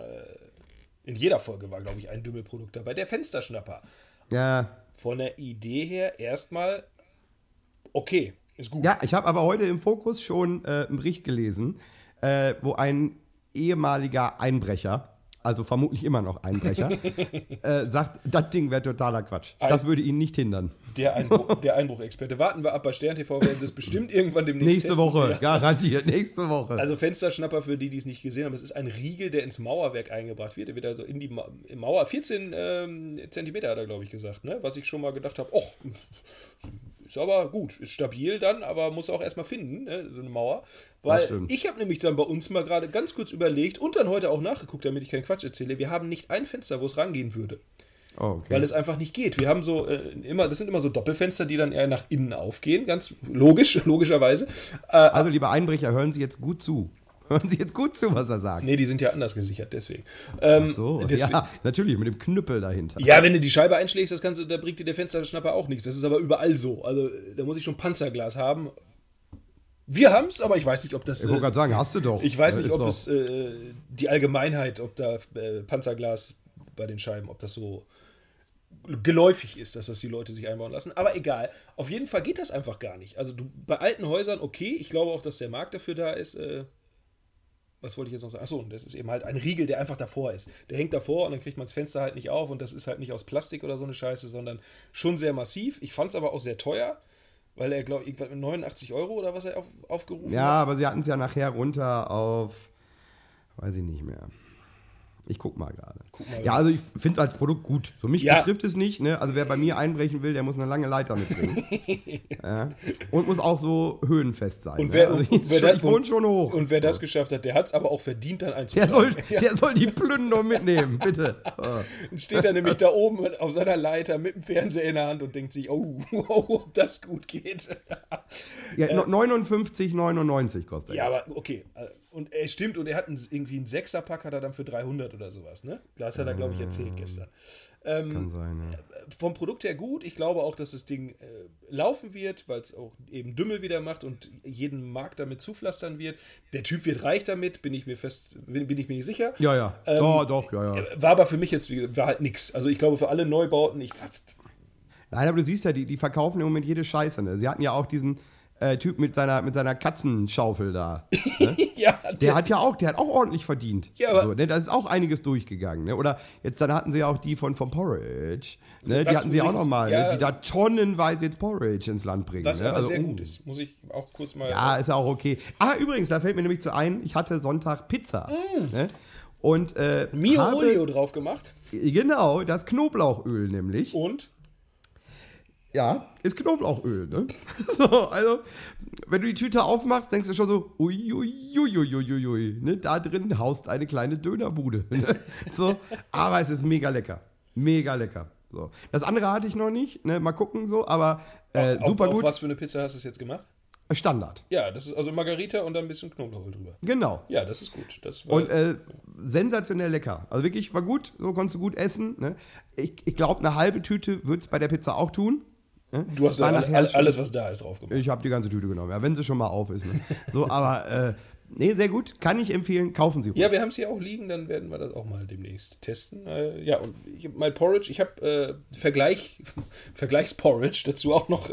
jeder Folge war, glaube ich, ein Dümmelprodukt dabei, der Fensterschnapper. Ja. Von der Idee her erstmal okay, ist gut. Ja, ich habe aber heute im Fokus schon einen Bericht gelesen, wo ein ehemaliger Einbrecher, also vermutlich immer noch Einbrecher, sagt, das Ding wäre totaler Quatsch. Das würde ihn nicht hindern. Der Einbruchexperte. Warten wir ab, bei Stern TV werden sie es bestimmt irgendwann demnächst Nächste Woche, garantiert, nächste Woche. Also Fensterschnapper, für die es nicht gesehen haben, es ist ein Riegel, der ins Mauerwerk eingebracht wird. Der wird also in die Mauer, 14 Zentimeter hat er, glaube ich, gesagt, ne? Was ich schon mal gedacht habe, ist aber gut, ist stabil dann, aber muss auch erstmal finden, ne? So eine Mauer. Weil ich habe nämlich dann bei uns mal gerade ganz kurz überlegt und dann heute auch nachgeguckt, damit ich keinen Quatsch erzähle, wir haben nicht ein Fenster, wo es rangehen würde. Oh, okay. Weil es einfach nicht geht. Wir haben das sind immer so Doppelfenster, die dann eher nach innen aufgehen, ganz logischerweise. Also, liebe Einbrecher, hören Sie jetzt gut zu. Hören Sie jetzt gut zu, was er sagt. Nee, die sind ja anders gesichert, deswegen. Ach so, deswegen. Ja, natürlich, mit dem Knüppel dahinter. Ja, wenn du die Scheibe einschlägst, da bringt dir der Fensterschnapper auch nichts. Das ist aber überall so. Also, da muss ich schon Panzerglas haben. Wir haben es, aber ich weiß nicht, ob das... Ich wollte gerade sagen, hast du doch. Ich weiß nicht, ob es die Allgemeinheit, ob da Panzerglas bei den Scheiben, ob das so geläufig ist, dass das die Leute sich einbauen lassen. Aber egal. Auf jeden Fall geht das einfach gar nicht. Also bei alten Häusern, okay, ich glaube auch, dass der Markt dafür da ist. Was wollte ich jetzt noch sagen? Achso, das ist eben halt ein Riegel, der einfach davor ist. Der hängt davor und dann kriegt man das Fenster halt nicht auf und das ist halt nicht aus Plastik oder so eine Scheiße, sondern schon sehr massiv. Ich fand es aber auch sehr teuer, weil er, glaube ich, irgendwann mit 89 € oder was er aufgerufen hat. Ja, aber sie hatten es ja nachher runter auf, weiß ich nicht mehr. Ich guck mal gerade. Ja, also ich finde es als Produkt gut. So mich betrifft es nicht. Ne? Also wer bei mir einbrechen will, der muss eine lange Leiter mitbringen. Ja. Und muss auch so höhenfest sein. Und ich wohne schon hoch. Und wer das geschafft hat, der hat es aber auch verdient, dann einzubauen. Der soll die Plünderung mitnehmen, bitte. Dann steht er nämlich da oben auf seiner Leiter mit dem Fernseher in der Hand und denkt sich, ob das gut geht. Ja, 59,99 kostet er ja, jetzt. Aber okay. Und er stimmt, und er hat irgendwie einen 6er-Pack, hat er dann für 300 oder sowas, ne? Das hat er, glaube ich, erzählt gestern. Kann sein, ja. Vom Produkt her gut. Ich glaube auch, dass das Ding laufen wird, weil es auch eben Dümmel wieder macht und jeden Markt damit zupflastern wird. Der Typ wird reich damit, bin ich mir nicht sicher. Ja. Doch. War aber für mich jetzt war halt nix. Also ich glaube, für alle Neubauten, Nein, aber du siehst ja, die verkaufen im Moment jede Scheiße. Ne? Sie hatten ja auch diesen Typ mit seiner Katzenschaufel da. Ne? Ja, Der hat auch ordentlich verdient. Ja, aber so, ne? Da ist auch einiges durchgegangen. Ne? Oder jetzt dann hatten sie ja auch die von Porridge. Ne? Die hatten sie auch nochmal, ja, ne? Die da tonnenweise jetzt Porridge ins Land bringen. was ne? aber Also, sehr gut ist. Muss ich auch kurz mal... Ja, ist ja auch okay. Übrigens, da fällt mir nämlich zu ein, ich hatte Sonntag Pizza. Ne? Und Mio habe, Olio drauf gemacht. Genau, das Knoblauchöl nämlich. Und? Ja, ist Knoblauchöl, ne? So, also, wenn du die Tüte aufmachst, denkst du schon so, uiuiuiuiui, ne? Da drin haust eine kleine Dönerbude. Ne? So, aber es ist mega lecker. Mega lecker. So. Das andere hatte ich noch nicht, ne? Mal gucken so, aber super gut. Auf was für eine Pizza hast du es jetzt gemacht? Standard. Ja, das ist also Margarita und dann ein bisschen Knoblauchöl drüber. Genau. Ja, das ist gut. Das war Und sensationell lecker. Also wirklich, war gut, so konntest du gut essen. Ne? Ich glaube, eine halbe Tüte wird es bei der Pizza auch tun. Ne? du hast War ja nachher schon- alles, was da ist, drauf gemacht. Ich habe die ganze Tüte genommen, ja, wenn sie schon mal auf ist. Ne? So, aber nee, sehr gut, kann ich empfehlen, kaufen Sie ruhig. Ja, wir haben es hier auch liegen, dann werden wir das auch mal demnächst testen. Ja, und mein Porridge, ich habe Vergleichsporridge dazu auch noch,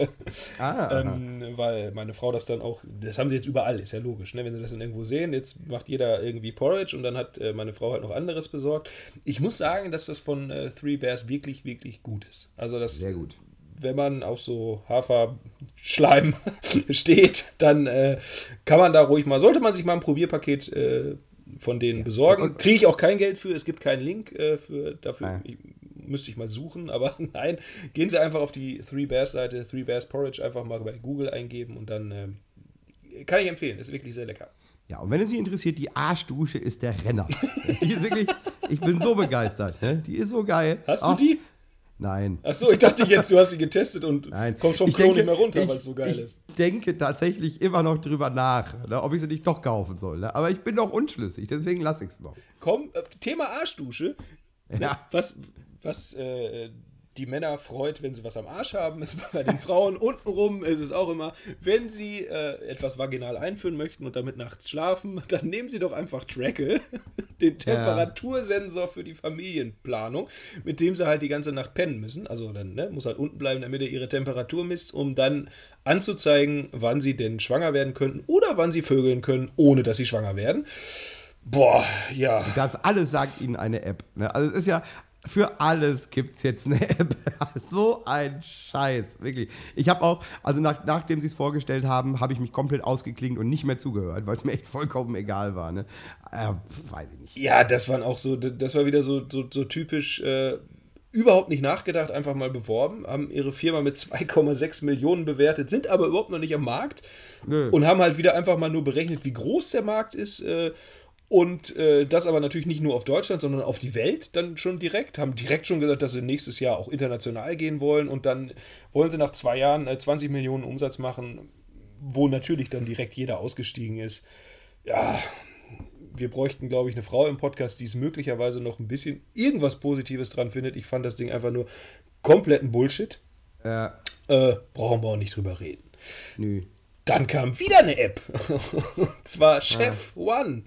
weil meine Frau das dann auch, das haben sie jetzt überall, ist ja logisch, ne? Wenn sie das dann irgendwo sehen, jetzt macht jeder irgendwie Porridge und dann hat meine Frau halt noch anderes besorgt. Ich muss sagen, dass das von Three Bears wirklich, wirklich gut ist. Also das, Sehr gut. wenn man auf so Haferschleim steht, dann kann man da ruhig mal, sollte man sich mal ein Probierpaket von denen besorgen. Kriege ich auch kein Geld für, es gibt keinen Link dafür. Müsste ich mal suchen, aber nein, gehen Sie einfach auf die Three Bears Seite, Three Bears Porridge, einfach mal bei Google eingeben und dann kann ich empfehlen, ist wirklich sehr lecker. Ja, und wenn es Sie interessiert, die Arschdusche ist der Renner. Die ist wirklich, ich bin so begeistert. Ne? Die ist so geil. Hast du die? Nein. Achso, ich dachte jetzt, du hast sie getestet und Nein. kommst vom Ich Klo denke- nicht mehr runter, ich- weil es so geil ist. Ich denke tatsächlich immer noch drüber nach, ne, ob ich sie nicht doch kaufen soll. Ne? Aber ich bin noch unschlüssig, deswegen lasse ich es noch. Komm, Thema Arschdusche. Ja. Was die Männer freut, wenn sie was am Arsch haben, ist bei den Frauen untenrum ist es auch immer, wenn sie etwas vaginal einführen möchten und damit nachts schlafen, dann nehmen sie doch einfach Trackle, den Temperatursensor für die Familienplanung, mit dem sie halt die ganze Nacht pennen müssen. Also dann muss halt unten bleiben, damit er ihre Temperatur misst, um dann anzuzeigen, wann sie denn schwanger werden könnten oder wann sie vögeln können, ohne dass sie schwanger werden. Boah, ja. Das alles sagt Ihnen eine App. Ne? Also es ist ja, für alles gibt es jetzt eine App. So ein Scheiß, wirklich. Ich habe auch, also nachdem sie es vorgestellt haben, habe ich mich komplett ausgeklingt und nicht mehr zugehört, weil es mir echt vollkommen egal war. Ne? Weiß ich nicht. Ja, das war wieder so typisch, überhaupt nicht nachgedacht, einfach mal beworben, haben ihre Firma mit 2,6 Millionen bewertet, sind aber überhaupt noch nicht am Markt und haben halt wieder einfach mal nur berechnet, wie groß der Markt ist und das aber natürlich nicht nur auf Deutschland, sondern auf die Welt dann schon direkt, haben direkt schon gesagt, dass sie nächstes Jahr auch international gehen wollen und dann wollen sie nach 2 Jahren 20 Millionen Umsatz machen, wo natürlich dann direkt jeder ausgestiegen ist. Ja, wir bräuchten, glaube ich, eine Frau im Podcast, die es möglicherweise noch ein bisschen irgendwas Positives dran findet. Ich fand das Ding einfach nur kompletten Bullshit. Brauchen wir auch nicht drüber reden. Nö. Dann kam wieder eine App. Und zwar Chef One.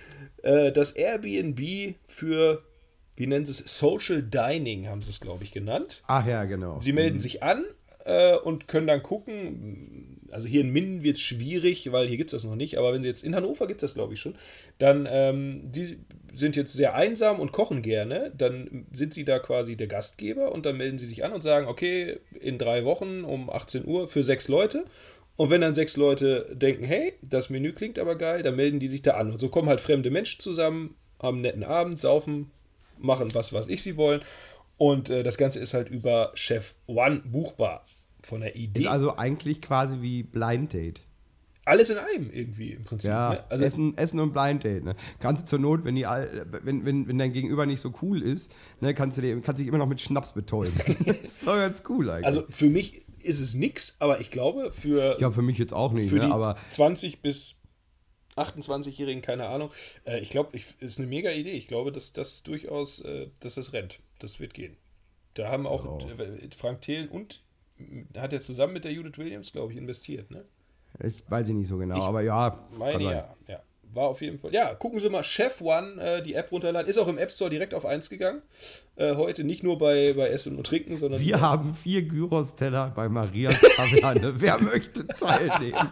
Das Airbnb für, wie nennen sie es, Social Dining, haben sie es, glaube ich, genannt. Ach ja, genau. Sie melden sich an und können dann gucken, also hier in Minden wird es schwierig, weil hier gibt es das noch nicht, aber wenn sie jetzt in Hannover gibt es das, glaube ich, schon, dann, die sind jetzt sehr einsam und kochen gerne, dann sind sie da quasi der Gastgeber und dann melden sie sich an und sagen, okay, in 3 Wochen um 18 Uhr für 6 Leute. Und wenn dann 6 Leute denken, hey, das Menü klingt aber geil, dann melden die sich da an. Und so kommen halt fremde Menschen zusammen, haben einen netten Abend, saufen, machen was sie wollen. Und das Ganze ist halt über Chef One buchbar. Von der Idee. Ist also eigentlich quasi wie Blind Date. Alles in einem irgendwie im Prinzip. Ja, Ne? Also, Essen und Blind Date. Ne? Kannst du zur Not, wenn dein Gegenüber nicht so cool ist, ne, kannst du dich immer noch mit Schnaps betäuben. Das ist doch ganz cool eigentlich. also für mich ist es nix, aber ich glaube für mich jetzt auch nicht, für die ne, aber 20 bis 28-Jährigen, keine Ahnung. Ich glaube, ist eine mega Idee. Ich glaube, dass das durchaus, dass das rennt. Das wird gehen. Da haben auch Frank Thelen und hat er zusammen mit der Judith Williams, glaube ich, investiert, ne? ich weiß nicht so genau, aber ja. Meine kann sein. ja. war auf jeden Fall. Ja, gucken Sie mal, Chef One, die App runterladen. Ist auch im App Store direkt auf 1 gegangen. Heute nicht nur bei Essen und Trinken, sondern. Wir haben 4 Gyros-Teller bei Marias Taverne. Wer möchte teilnehmen?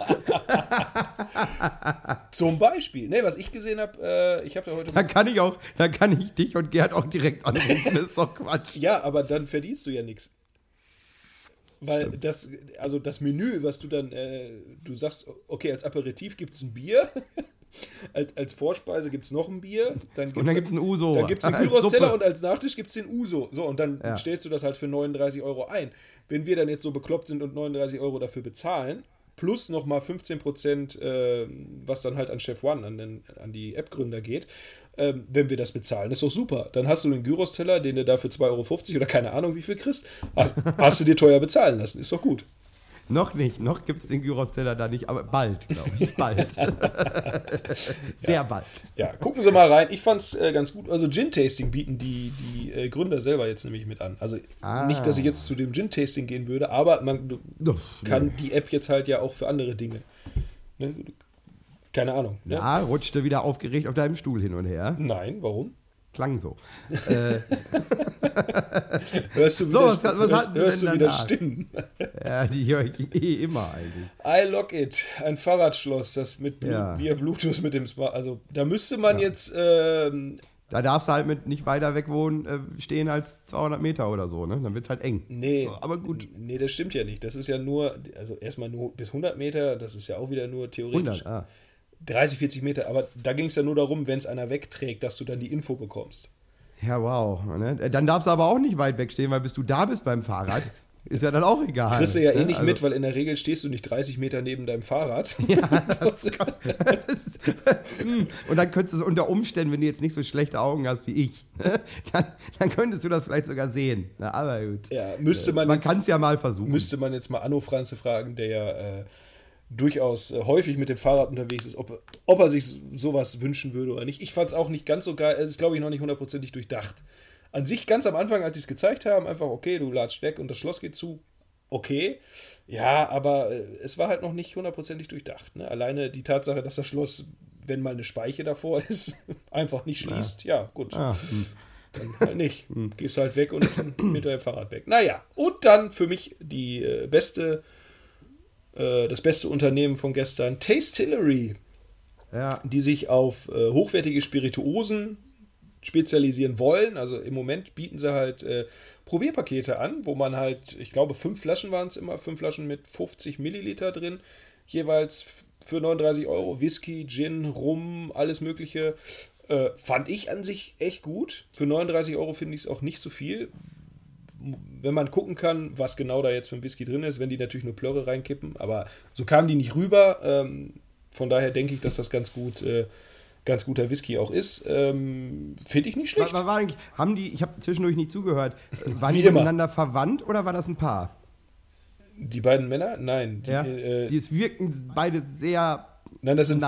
Zum Beispiel. Ne, was ich gesehen habe, ich habe ja heute. Da kann ich dich und Gerd auch direkt anrufen. Das ist doch Quatsch. Ja, aber dann verdienst du ja nichts. Weil das Menü, was du dann, du sagst, okay, als Aperitif gibt es ein Bier, als Vorspeise gibt es noch ein Bier, dann gibt es ein Uso. Dann gibt es einen Gyros-Teller und als Nachtisch gibt es den Uso. So, und dann stellst du das halt für 39 € ein. Wenn wir dann jetzt so bekloppt sind und 39 € dafür bezahlen, plus nochmal 15%, was dann halt an Chef One, an die App-Gründer geht, wenn wir das bezahlen, ist doch super. Dann hast du den Gyros-Teller, den du da für 2,50 € oder keine Ahnung wie viel kriegst, hast du dir teuer bezahlen lassen, ist doch gut. Noch nicht, noch gibt es den Gyros-Teller da nicht, aber bald, glaube ich, bald. Sehr bald. Ja, gucken Sie mal rein, ich fand es ganz gut. Also Gin-Tasting bieten die Gründer selber jetzt nämlich mit an. Also nicht, dass ich jetzt zu dem Gin-Tasting gehen würde, aber man kann die App jetzt halt ja auch für andere Dinge. Ne? Keine Ahnung. Ne? Ja, rutschte wieder aufgeregt auf deinem Stuhl hin und her. Nein, warum? Klang so. Hörst du wieder Stimmen? Ja, die höre ich immer eigentlich. iLockit, ein Fahrradschloss, das mit via Bluetooth mit dem Smart. Also da müsste man jetzt. Da darfst du halt mit nicht weiter weg wohnen, stehen als 200 Meter oder so, ne? Dann wird es halt eng. Nee, so, aber gut. Nee, das stimmt ja nicht. Das ist ja nur, also erstmal nur bis 100 Meter, das ist ja auch wieder nur theoretisch. 100, 30, 40 Meter, aber da ging es ja nur darum, wenn es einer wegträgt, dass du dann die Info bekommst. Ja, wow. Ne? Dann darfst du aber auch nicht weit wegstehen, weil bis du da bist beim Fahrrad, ist ja dann auch egal. Kriegst du ja eh nicht mit, weil in der Regel stehst du nicht 30 Meter neben deinem Fahrrad. Ja, und dann könntest du es unter Umständen, wenn du jetzt nicht so schlechte Augen hast wie ich, dann könntest du das vielleicht sogar sehen. Na, aber gut. Ja, man kann es ja mal versuchen. Müsste man jetzt mal Anno Franze fragen, der ja durchaus häufig mit dem Fahrrad unterwegs ist, ob er sich sowas wünschen würde oder nicht. Ich fand es auch nicht ganz so geil. Es ist, glaube ich, noch nicht 100%ig durchdacht. An sich ganz am Anfang, als sie es gezeigt haben, einfach, okay, du latscht weg und das Schloss geht zu. Okay. Ja, aber es war halt noch nicht 100%ig durchdacht. Ne? Alleine die Tatsache, dass das Schloss, wenn mal eine Speiche davor ist, einfach nicht schließt. Ja, gut. Dann halt nicht. Gehst halt weg und mit deinem Fahrrad weg. Naja, und dann für mich das beste Unternehmen von gestern, Tastillery, die sich auf hochwertige Spirituosen spezialisieren wollen. Also im Moment bieten sie halt Probierpakete an, wo man halt, ich glaube 5 Flaschen waren es immer, 5 Flaschen mit 50 Milliliter drin, jeweils für 39 €, Whisky, Gin, Rum, alles mögliche. Fand ich an sich echt gut. Für 39 € finde ich es auch nicht so viel. Wenn man gucken kann, was genau da jetzt für ein Whisky drin ist, wenn die natürlich nur Plörre reinkippen, aber so kamen die nicht rüber. Von daher denke ich, dass das ganz guter Whisky auch ist. Finde ich nicht schlecht. War eigentlich, ich habe zwischendurch nicht zugehört, waren die miteinander verwandt oder war das ein Paar? Die beiden Männer? Nein. Die wirken beide sehr das sind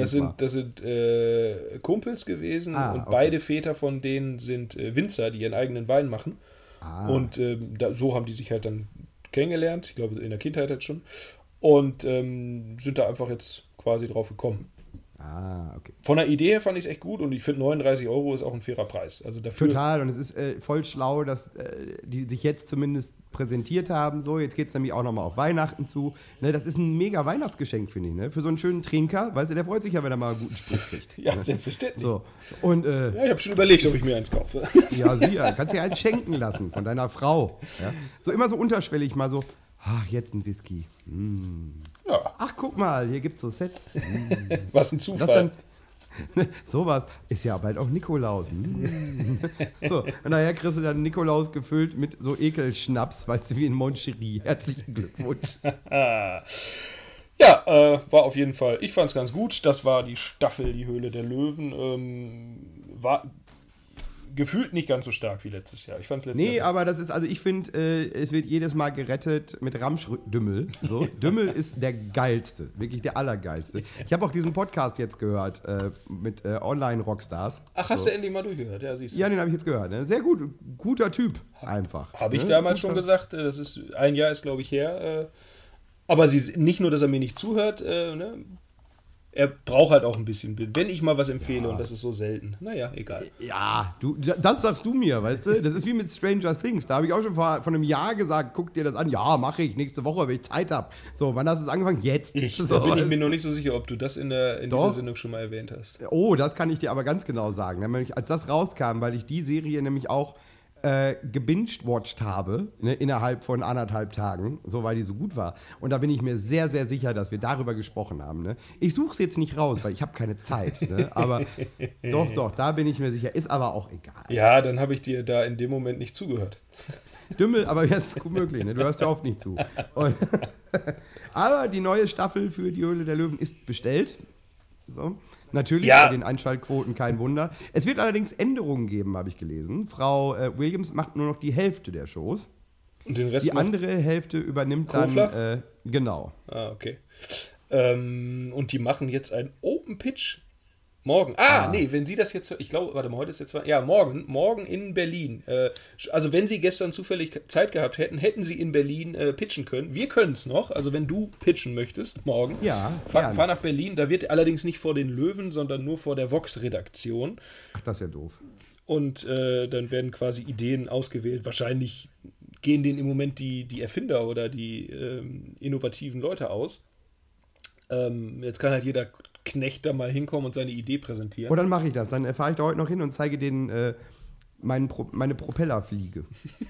Kumpels gewesen und beide Väter von denen sind Winzer, die ihren eigenen Wein machen. Und so haben die sich halt dann kennengelernt, ich glaube in der Kindheit halt schon, und sind da einfach jetzt quasi drauf gekommen. Okay. Von der Idee her fand ich es echt gut und ich finde 39 € ist auch ein fairer Preis. Also dafür total, und es ist voll schlau, dass die sich jetzt zumindest präsentiert haben. So, jetzt geht es nämlich auch nochmal auf Weihnachten zu. Ne, das ist ein mega Weihnachtsgeschenk, finde ich. Ne? Für so einen schönen Trinker, weißt du, der freut sich ja, wenn er mal einen guten Sprit kriegt. Ja, ne? Selbstverständlich. So. Und, ich habe schon überlegt, ob ich mir eins kaufe. Ja, sicher, kannst dir eins schenken lassen von deiner Frau. Ja? So immer so unterschwellig mal so, jetzt ein Whisky. Ja. Ach, guck mal, hier gibt's so Sets. Was ein Zufall. Sowas ist ja bald auch Nikolaus. So, und daher kriegst du dann Nikolaus gefüllt mit so Ekelschnaps, weißt du, wie in Moncherie. Herzlichen Glückwunsch. Ja, war auf jeden Fall, ich fand es ganz gut. Das war die Staffel, die Höhle der Löwen. War gefühlt nicht ganz so stark wie letztes Jahr. Ich fand's letztes Jahr. Aber das ist, also ich finde, es wird jedes Mal gerettet mit Ramschdümmel. So. Dümmel ist der geilste, wirklich der allergeilste. Ich habe auch diesen Podcast jetzt gehört mit Online-Rockstars. Ach, hast du endlich mal durchgehört? Ja, siehst du. Ja, den habe ich jetzt gehört. Ne? Sehr gut, guter Typ einfach. Habe ich damals schon gesagt, das ist, ein Jahr ist glaube ich her. Aber nicht nur, dass er mir nicht zuhört, ne? er braucht halt auch ein bisschen Bild. Wenn ich mal was empfehle, und das ist so selten. Naja, egal. Ja, das sagst du mir, weißt du? Das ist wie mit Stranger Things. Da habe ich auch schon vor einem Jahr gesagt, guck dir das an. Ja, mache ich nächste Woche, wenn ich Zeit habe. So, wann hast du es angefangen? Jetzt. Da bin ich mir noch nicht so sicher, ob du das in dieser Sendung schon mal erwähnt hast. Oh, das kann ich dir aber ganz genau sagen. Nämlich, als das rauskam, weil ich die Serie nämlich auch gebinged-watched habe, ne, innerhalb von 1,5 Tagen, so weil die so gut war. Und da bin ich mir sehr, sehr sicher, dass wir darüber gesprochen haben. Ne? Ich suche es jetzt nicht raus, weil ich habe keine Zeit. Ne? Aber doch, da bin ich mir sicher. Ist aber auch egal. Ja, dann habe ich dir da in dem Moment nicht zugehört. Dümmel, aber das ist gut möglich. Ne? Du hörst ja oft nicht zu. Aber die neue Staffel für die Höhle der Löwen ist bestellt. So. Natürlich, bei den Einschaltquoten kein Wunder. Es wird allerdings Änderungen geben, habe ich gelesen. Frau Williams macht nur noch die Hälfte der Shows. Und den Rest die andere Hälfte übernimmt Kofler? Dann, genau. Ah, okay. Und die machen jetzt einen Open Pitch morgen. Nee, wenn Sie das jetzt, ich glaube, warte mal, heute ist jetzt, morgen in Berlin. Also wenn Sie gestern zufällig Zeit gehabt hätten Sie in Berlin pitchen können. Wir können es noch, also wenn du pitchen möchtest, morgen. Ja, fahr nach Berlin, da wird allerdings nicht vor den Löwen, sondern nur vor der Vox-Redaktion. Ach, das ist ja doof. Und dann werden quasi Ideen ausgewählt. Wahrscheinlich gehen denen im Moment die Erfinder oder die innovativen Leute aus. Jetzt kann halt jeder Knecht da mal hinkommen und seine Idee präsentieren. Und dann mache ich das. Dann fahre ich da heute noch hin und zeige denen meine Propellerfliege.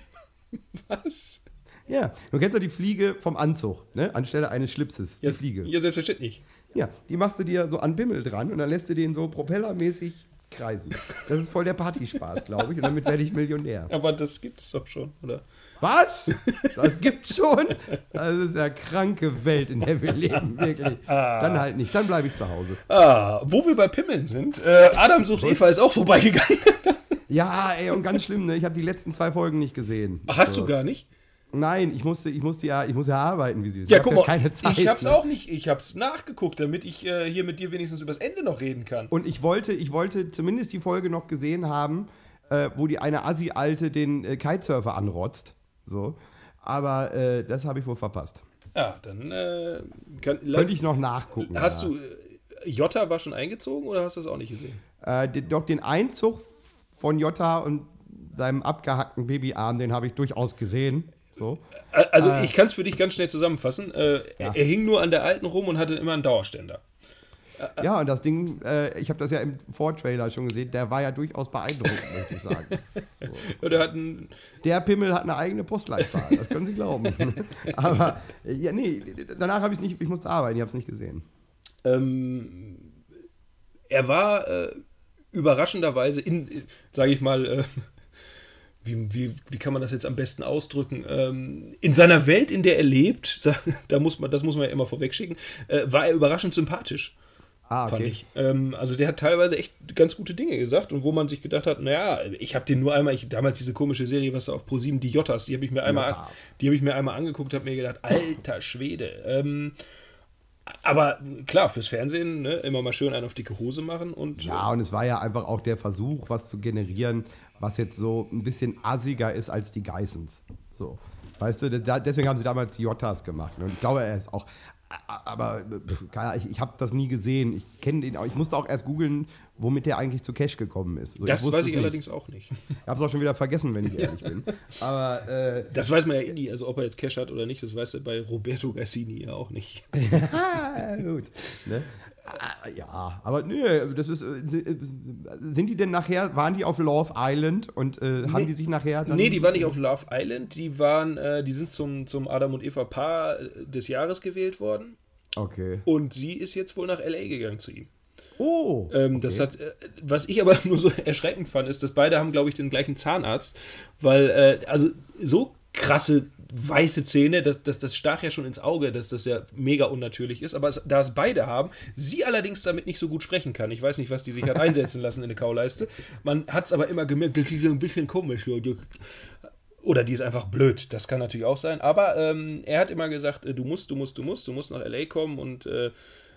Was? Ja, du kennst ja die Fliege vom Anzug, ne? Anstelle eines Schlipses. Die Fliege. Ja, selbstverständlich. Ja, die machst du dir so an Bimmel dran und dann lässt du den so propellermäßig kreisen. Das ist voll der Partyspaß, glaube ich. Und damit werde ich Millionär. Aber das gibt's doch schon, oder? Was? Das gibt's schon? Das ist ja kranke Welt, in der wir leben, wirklich. Dann halt nicht, dann bleibe ich zu Hause. Wo wir bei Pimmeln sind, Adam sucht Eva ist auch vorbeigegangen. Ja, ey, und ganz schlimm, ne? Ich habe die letzten 2 Folgen nicht gesehen. Ach, hast du gar nicht? Nein, ich musste ja arbeiten, wie sie wissen. Ja, guck mal, keine Zeit, ich hab's auch nicht, ich hab's nachgeguckt, damit ich hier mit dir wenigstens übers Ende noch reden kann. Und ich wollte zumindest die Folge noch gesehen haben, wo die eine Assi-Alte den Kitesurfer anrotzt. So. Aber das habe ich wohl verpasst. Ja, dann könnte ich noch nachgucken. Hast du, Jota war schon eingezogen oder hast du das auch nicht gesehen? Doch, den Einzug von Jota und seinem abgehackten Babyarm, den habe ich durchaus gesehen. So. Also ich kann es für dich ganz schnell zusammenfassen. Er hing nur an der alten rum und hatte immer einen Dauerständer. Ja, und das Ding, ich habe das ja im Vortrailer schon gesehen, der war ja durchaus beeindruckend, möchte ich sagen. So. Ja, der Pimmel hat eine eigene Postleitzahl, das können Sie glauben. Aber, ja, nee, danach habe ich es nicht, ich musste arbeiten, ich habe es nicht gesehen. Er war überraschenderweise sage ich mal, wie kann man das jetzt am besten ausdrücken? In seiner Welt, in der er lebt, das muss man ja immer vorwegschicken, war er überraschend sympathisch. Okay. Fand ich. Also der hat teilweise echt ganz gute Dinge gesagt und wo man sich gedacht hat, naja, ich habe den nur einmal, damals diese komische Serie, was da auf ProSieben, die Jottas, die habe ich mir einmal angeguckt, habe mir gedacht, alter Schwede. Aber klar, fürs Fernsehen, ne, immer mal schön einen auf dicke Hose machen. Und es war ja einfach auch der Versuch, was zu generieren, was jetzt so ein bisschen assiger ist als die Geissens. So. Weißt du, deswegen haben sie damals Jottas gemacht. Ne? Und ich glaube, er ist auch. Aber ich habe das nie gesehen. Ich kenne den auch. Ich musste auch erst googeln, womit der eigentlich zu Cash gekommen ist. So, das weiß ich allerdings auch nicht. Ich habe es auch schon wieder vergessen, wenn ich ehrlich bin. Aber das weiß man ja nie. Also ob er jetzt Cash hat oder nicht, das weiß er bei Roberto Gassini ja auch nicht. Gut. Ne? Ja, aber nö, das ist. Sind die denn nachher, waren die auf Love Island und haben die sich nachher dann. Nee, die waren nicht auf Love Island, die sind zum Adam und Eva Paar des Jahres gewählt worden. Okay. Und sie ist jetzt wohl nach L.A. gegangen zu ihm. Oh. Okay. Das hat, was ich aber nur so erschreckend fand, ist, dass beide haben, glaube ich, den gleichen Zahnarzt, weil, also so krasse weiße Zähne, das stach ja schon ins Auge, dass das ja mega unnatürlich ist, aber da es beide haben, sie allerdings damit nicht so gut sprechen kann. Ich weiß nicht, was die sich hat einsetzen lassen in eine Kauleiste. Man hat es aber immer gemerkt, das ist ein bisschen komisch. Oder die ist einfach blöd, das kann natürlich auch sein, aber er hat immer gesagt, du musst nach L.A. kommen und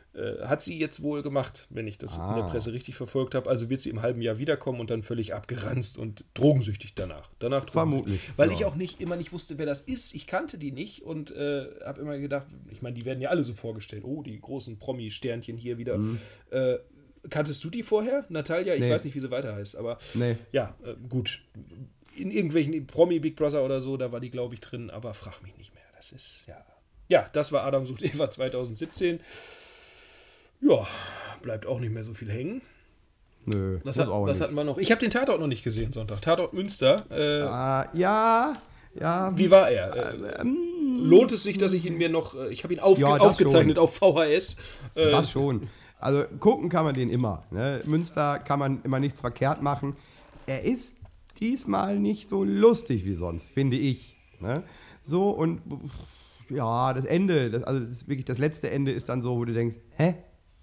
Hat sie jetzt wohl gemacht, wenn ich das in der Presse richtig verfolgt habe. Also wird sie im halben Jahr wiederkommen und dann völlig abgeranzt und drogensüchtig danach. Vermutlich. Weil ich auch immer nicht wusste, wer das ist. Ich kannte die nicht und habe immer gedacht, ich meine, die werden ja alle so vorgestellt. Oh, die großen Promi-Sternchen hier wieder. Kanntest du die vorher? Natalia? Ich weiß nicht, wie sie weiter heißt, aber ja, gut. In irgendwelchen Promi-Big Brother oder so, da war die, glaube ich, drin, aber frag mich nicht mehr. Das ist, ja. Ja, das war Adam sucht Eva 2017. Ja, bleibt auch nicht mehr so viel hängen. Nö, was hatten wir noch? Ich habe den Tatort noch nicht gesehen Sonntag. Tatort Münster. Ja. Wie war er? Lohnt es sich, dass ich ihn mir noch... ich habe ihn aufgezeichnet auf VHS. Das schon. Also gucken kann man den immer. Ne? Münster kann man immer nichts verkehrt machen. Er ist diesmal nicht so lustig wie sonst, finde ich. Ne? So und ja, das Ende, wirklich das letzte Ende ist dann so, wo du denkst, hä?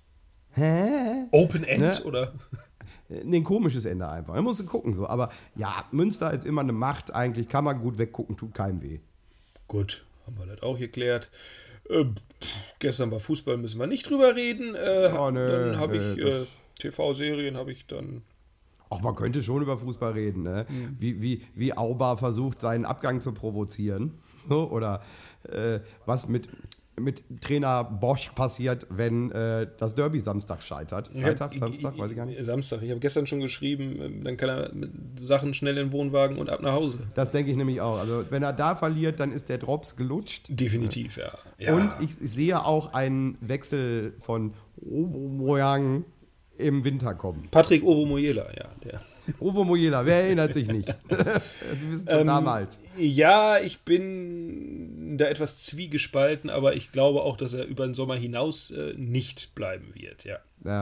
Open End, ne? Oder? Nee, ein komisches Ende einfach. Da musst du gucken so. Aber ja, Münster ist immer eine Macht eigentlich. Kann man gut weggucken, tut keinem weh. Gut, haben wir das auch geklärt. Gestern war Fußball, müssen wir nicht drüber reden. Dann habe ich TV-Serien, habe ich dann... Ach, man könnte schon über Fußball reden, ne? Wie Auba versucht, seinen Abgang zu provozieren. So, oder was mit Trainer Bosch passiert, wenn das Derby Samstag scheitert. Freitag, Samstag, weiß ich gar nicht. Samstag. Ich habe gestern schon geschrieben, dann kann er mit Sachen schnell in den Wohnwagen und ab nach Hause. Das denke ich nämlich auch. Also wenn er da verliert, dann ist der Drops gelutscht. Definitiv, ja. Und ich sehe auch einen Wechsel von Aubameyang im Winter kommen. Patrick Ovomoyela, ja. Ovomoyela, wer erinnert sich nicht? Sie wissen schon damals. Ja, ich bin da etwas zwiegespalten, aber ich glaube auch, dass er über den Sommer hinaus nicht bleiben wird, ja.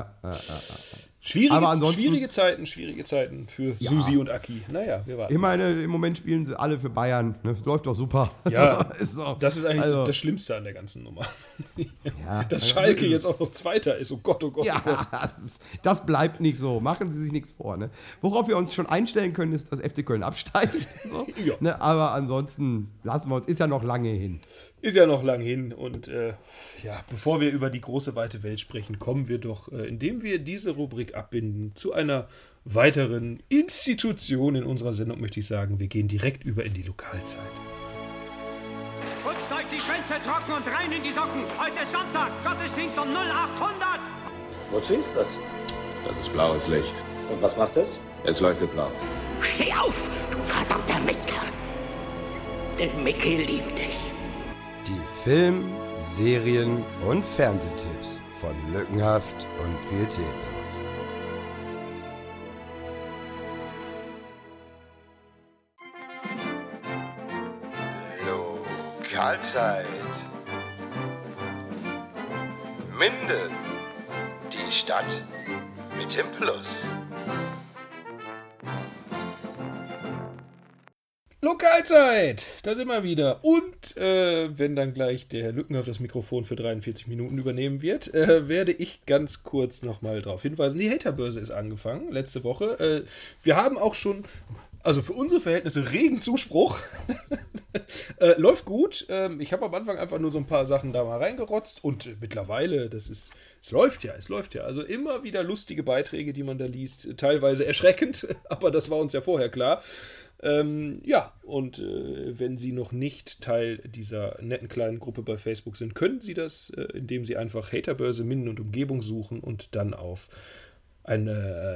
Schwierige Zeiten für Susi und Aki. Naja, wir warten. Ich meine, im Moment spielen sie alle für Bayern. Ne? Das läuft doch super. Ja, so. Das ist eigentlich das Schlimmste an der ganzen Nummer. Dass Schalke jetzt auch noch Zweiter ist. Oh Gott, oh Gott. Ja, oh Gott. Das bleibt nicht so. Machen Sie sich nichts vor. Ne? Worauf wir uns schon einstellen können, ist, dass FC Köln absteigt. So. Ja. Ne? Aber ansonsten lassen wir uns. Ist ja noch lange hin. Ist ja noch lang hin und bevor wir über die große, weite Welt sprechen, kommen wir doch, indem wir diese Rubrik abbinden, zu einer weiteren Institution in unserer Sendung, möchte ich sagen. Wir gehen direkt über in die Lokalzeit. Putzt euch die Schwänze trocken und rein in die Socken. Heute ist Sonntag, Gottesdienst um 0800. Wozu ist das? Das ist blaues Licht. Und was macht es? Es leuchtet blau. Steh auf, du verdammter Mistkerl. Denn Mickey liebt dich. Die Film-, Serien- und Fernsehtipps von Lückenhaft und Pietätlos. Lokalzeit. Minden, die Stadt mit dem Plus. Lokalzeit, da sind wir wieder. Und wenn dann gleich der Herr Lückenhaft das Mikrofon für 43 Minuten übernehmen wird, werde ich ganz kurz nochmal darauf hinweisen. Die Haterbörse ist angefangen, letzte Woche. Wir haben auch schon, also für unsere Verhältnisse, regen Zuspruch. Läuft gut. Ich habe am Anfang einfach nur so ein paar Sachen da mal reingerotzt und mittlerweile, es läuft ja. Also immer wieder lustige Beiträge, die man da liest. Teilweise erschreckend, aber das war uns ja vorher klar. Wenn Sie noch nicht Teil dieser netten kleinen Gruppe bei Facebook sind, können Sie das, indem Sie einfach Haterbörse Minden und Umgebung suchen und dann auf einen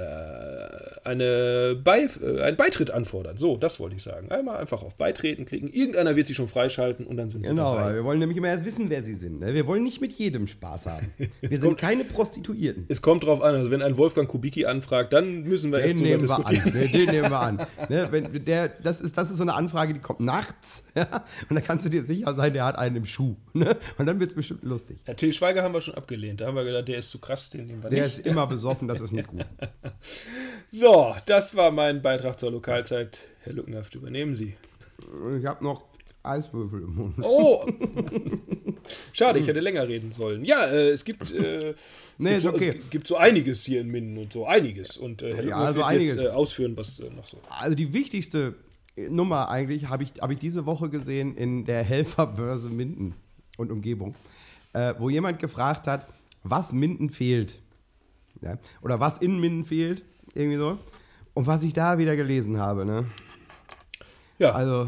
Beitritt anfordern. So, das wollte ich sagen. Einmal einfach auf Beitreten klicken. Irgendeiner wird sie schon freischalten und dann sind sie dabei. Genau, wir wollen nämlich immer erst wissen, wer sie sind. Ne? Wir wollen nicht mit jedem Spaß haben. Wir sind keine Prostituierten. Es kommt drauf an. Also wenn ein Wolfgang Kubicki anfragt, dann müssen wir erst drüber diskutieren. Den nehmen wir an. Ne? Das ist so eine Anfrage, die kommt nachts. Ja? Und da kannst du dir sicher sein, der hat einen im Schuh. Ne? Und dann wird es bestimmt lustig. Herr Till Schweiger haben wir schon abgelehnt. Da haben wir gedacht, der ist zu krass, den nehmen wir nicht. Der ist immer besoffen, das ist nicht gut. So, das war mein Beitrag zur Lokalzeit. Herr Lückenhaft, übernehmen Sie. Ich habe noch Eiswürfel im Mund. Oh! Schade, ich hätte länger reden sollen. Ja, es gibt so einiges hier in Minden und so einiges. Und Herr Lückenhaft wird jetzt ausführen, was noch so. Also die wichtigste Nummer eigentlich habe ich diese Woche gesehen in der Helferbörse Minden und Umgebung, wo jemand gefragt hat, was Minden fehlt. Ja? Oder was in Minden fehlt, irgendwie so. Und was ich da wieder gelesen habe, ne? Ja. Also,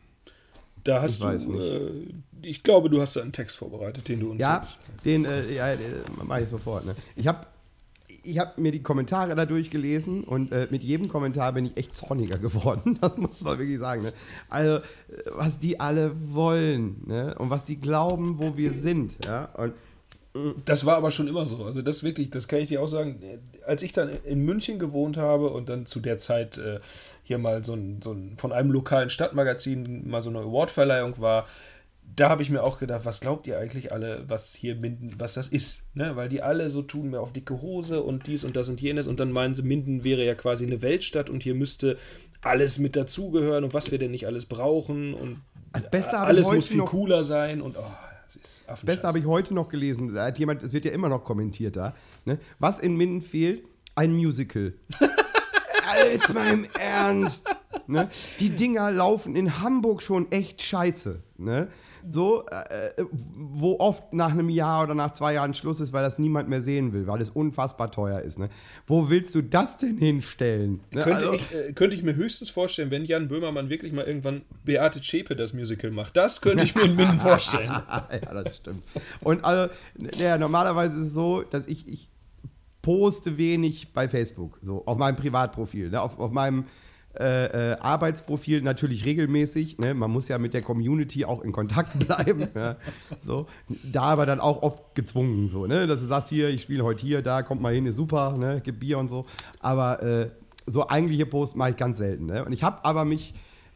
da hast ich glaube, du hast da einen Text vorbereitet, den du uns jetzt... Den mache ich sofort. Ne? Ich hab mir die Kommentare da durchgelesen und mit jedem Kommentar bin ich echt zorniger geworden. Das muss man wirklich sagen. Ne? Also, was die alle wollen, ne? Und was die glauben, wo wir sind. Ja? Und das war aber schon immer so. Also das wirklich, das kann ich dir auch sagen. Als ich dann in München gewohnt habe und dann zu der Zeit hier mal so ein von einem lokalen Stadtmagazin mal so eine Awardverleihung war, da habe ich mir auch gedacht, was glaubt ihr eigentlich alle, was hier Minden, was das ist? Ne? Weil die alle so tun mir auf dicke Hose und dies und das und jenes und dann meinen sie, Minden wäre ja quasi eine Weltstadt und hier müsste alles mit dazugehören und was wir denn nicht alles brauchen und alles muss viel cooler sein und das Beste habe ich heute noch gelesen. Da hat jemand, es wird ja immer noch kommentiert da. Ne? Was in Minden fehlt? Ein Musical. Jetzt mal im Ernst. Ne? Die Dinger laufen in Hamburg schon echt scheiße. Ne? So, wo oft nach einem Jahr oder nach 2 Jahren Schluss ist, weil das niemand mehr sehen will, weil es unfassbar teuer ist. Ne? Wo willst du das denn hinstellen? Ne? Könnte ich mir höchstens vorstellen, wenn Jan Böhmermann wirklich mal irgendwann Beate Zschäpe das Musical macht. Das könnte ich mir in Minden vorstellen. Ja, das stimmt. Und also, normalerweise ist es so, dass ich poste wenig bei Facebook, so auf meinem Privatprofil, ne? Auf meinem Arbeitsprofil natürlich regelmäßig, ne? Man muss ja mit der Community auch in Kontakt bleiben, ja? So, da aber dann auch oft gezwungen, so, ne? Dass du sagst, hier, ich spiele heute hier, da, kommt mal hin, ist super, ne? Gib Bier und so, aber so eigentliche Posts mache ich ganz selten, ne? Und ich habe aber mich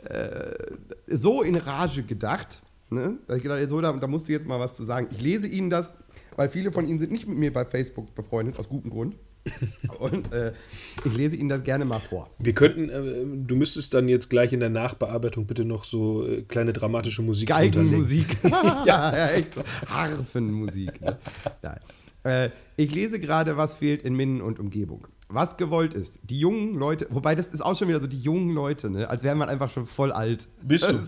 so in Rage gedacht, ne? Dass ich gedacht, so, da musst du jetzt mal was zu sagen. Ich lese Ihnen das, weil viele von Ihnen sind nicht mit mir bei Facebook befreundet, aus gutem Grund. Und ich lese Ihnen das gerne mal vor. Wir könnten, du müsstest dann jetzt gleich in der Nachbearbeitung bitte noch so kleine dramatische Musik Geigenmusik. Ja, echt. Harfenmusik. Ne? Ja. Ich lese gerade, was fehlt in Minden und Umgebung. Was gewollt ist, die jungen Leute, wobei das ist auch schon wieder so, die jungen Leute, ne? Als wäre man einfach schon voll alt. Du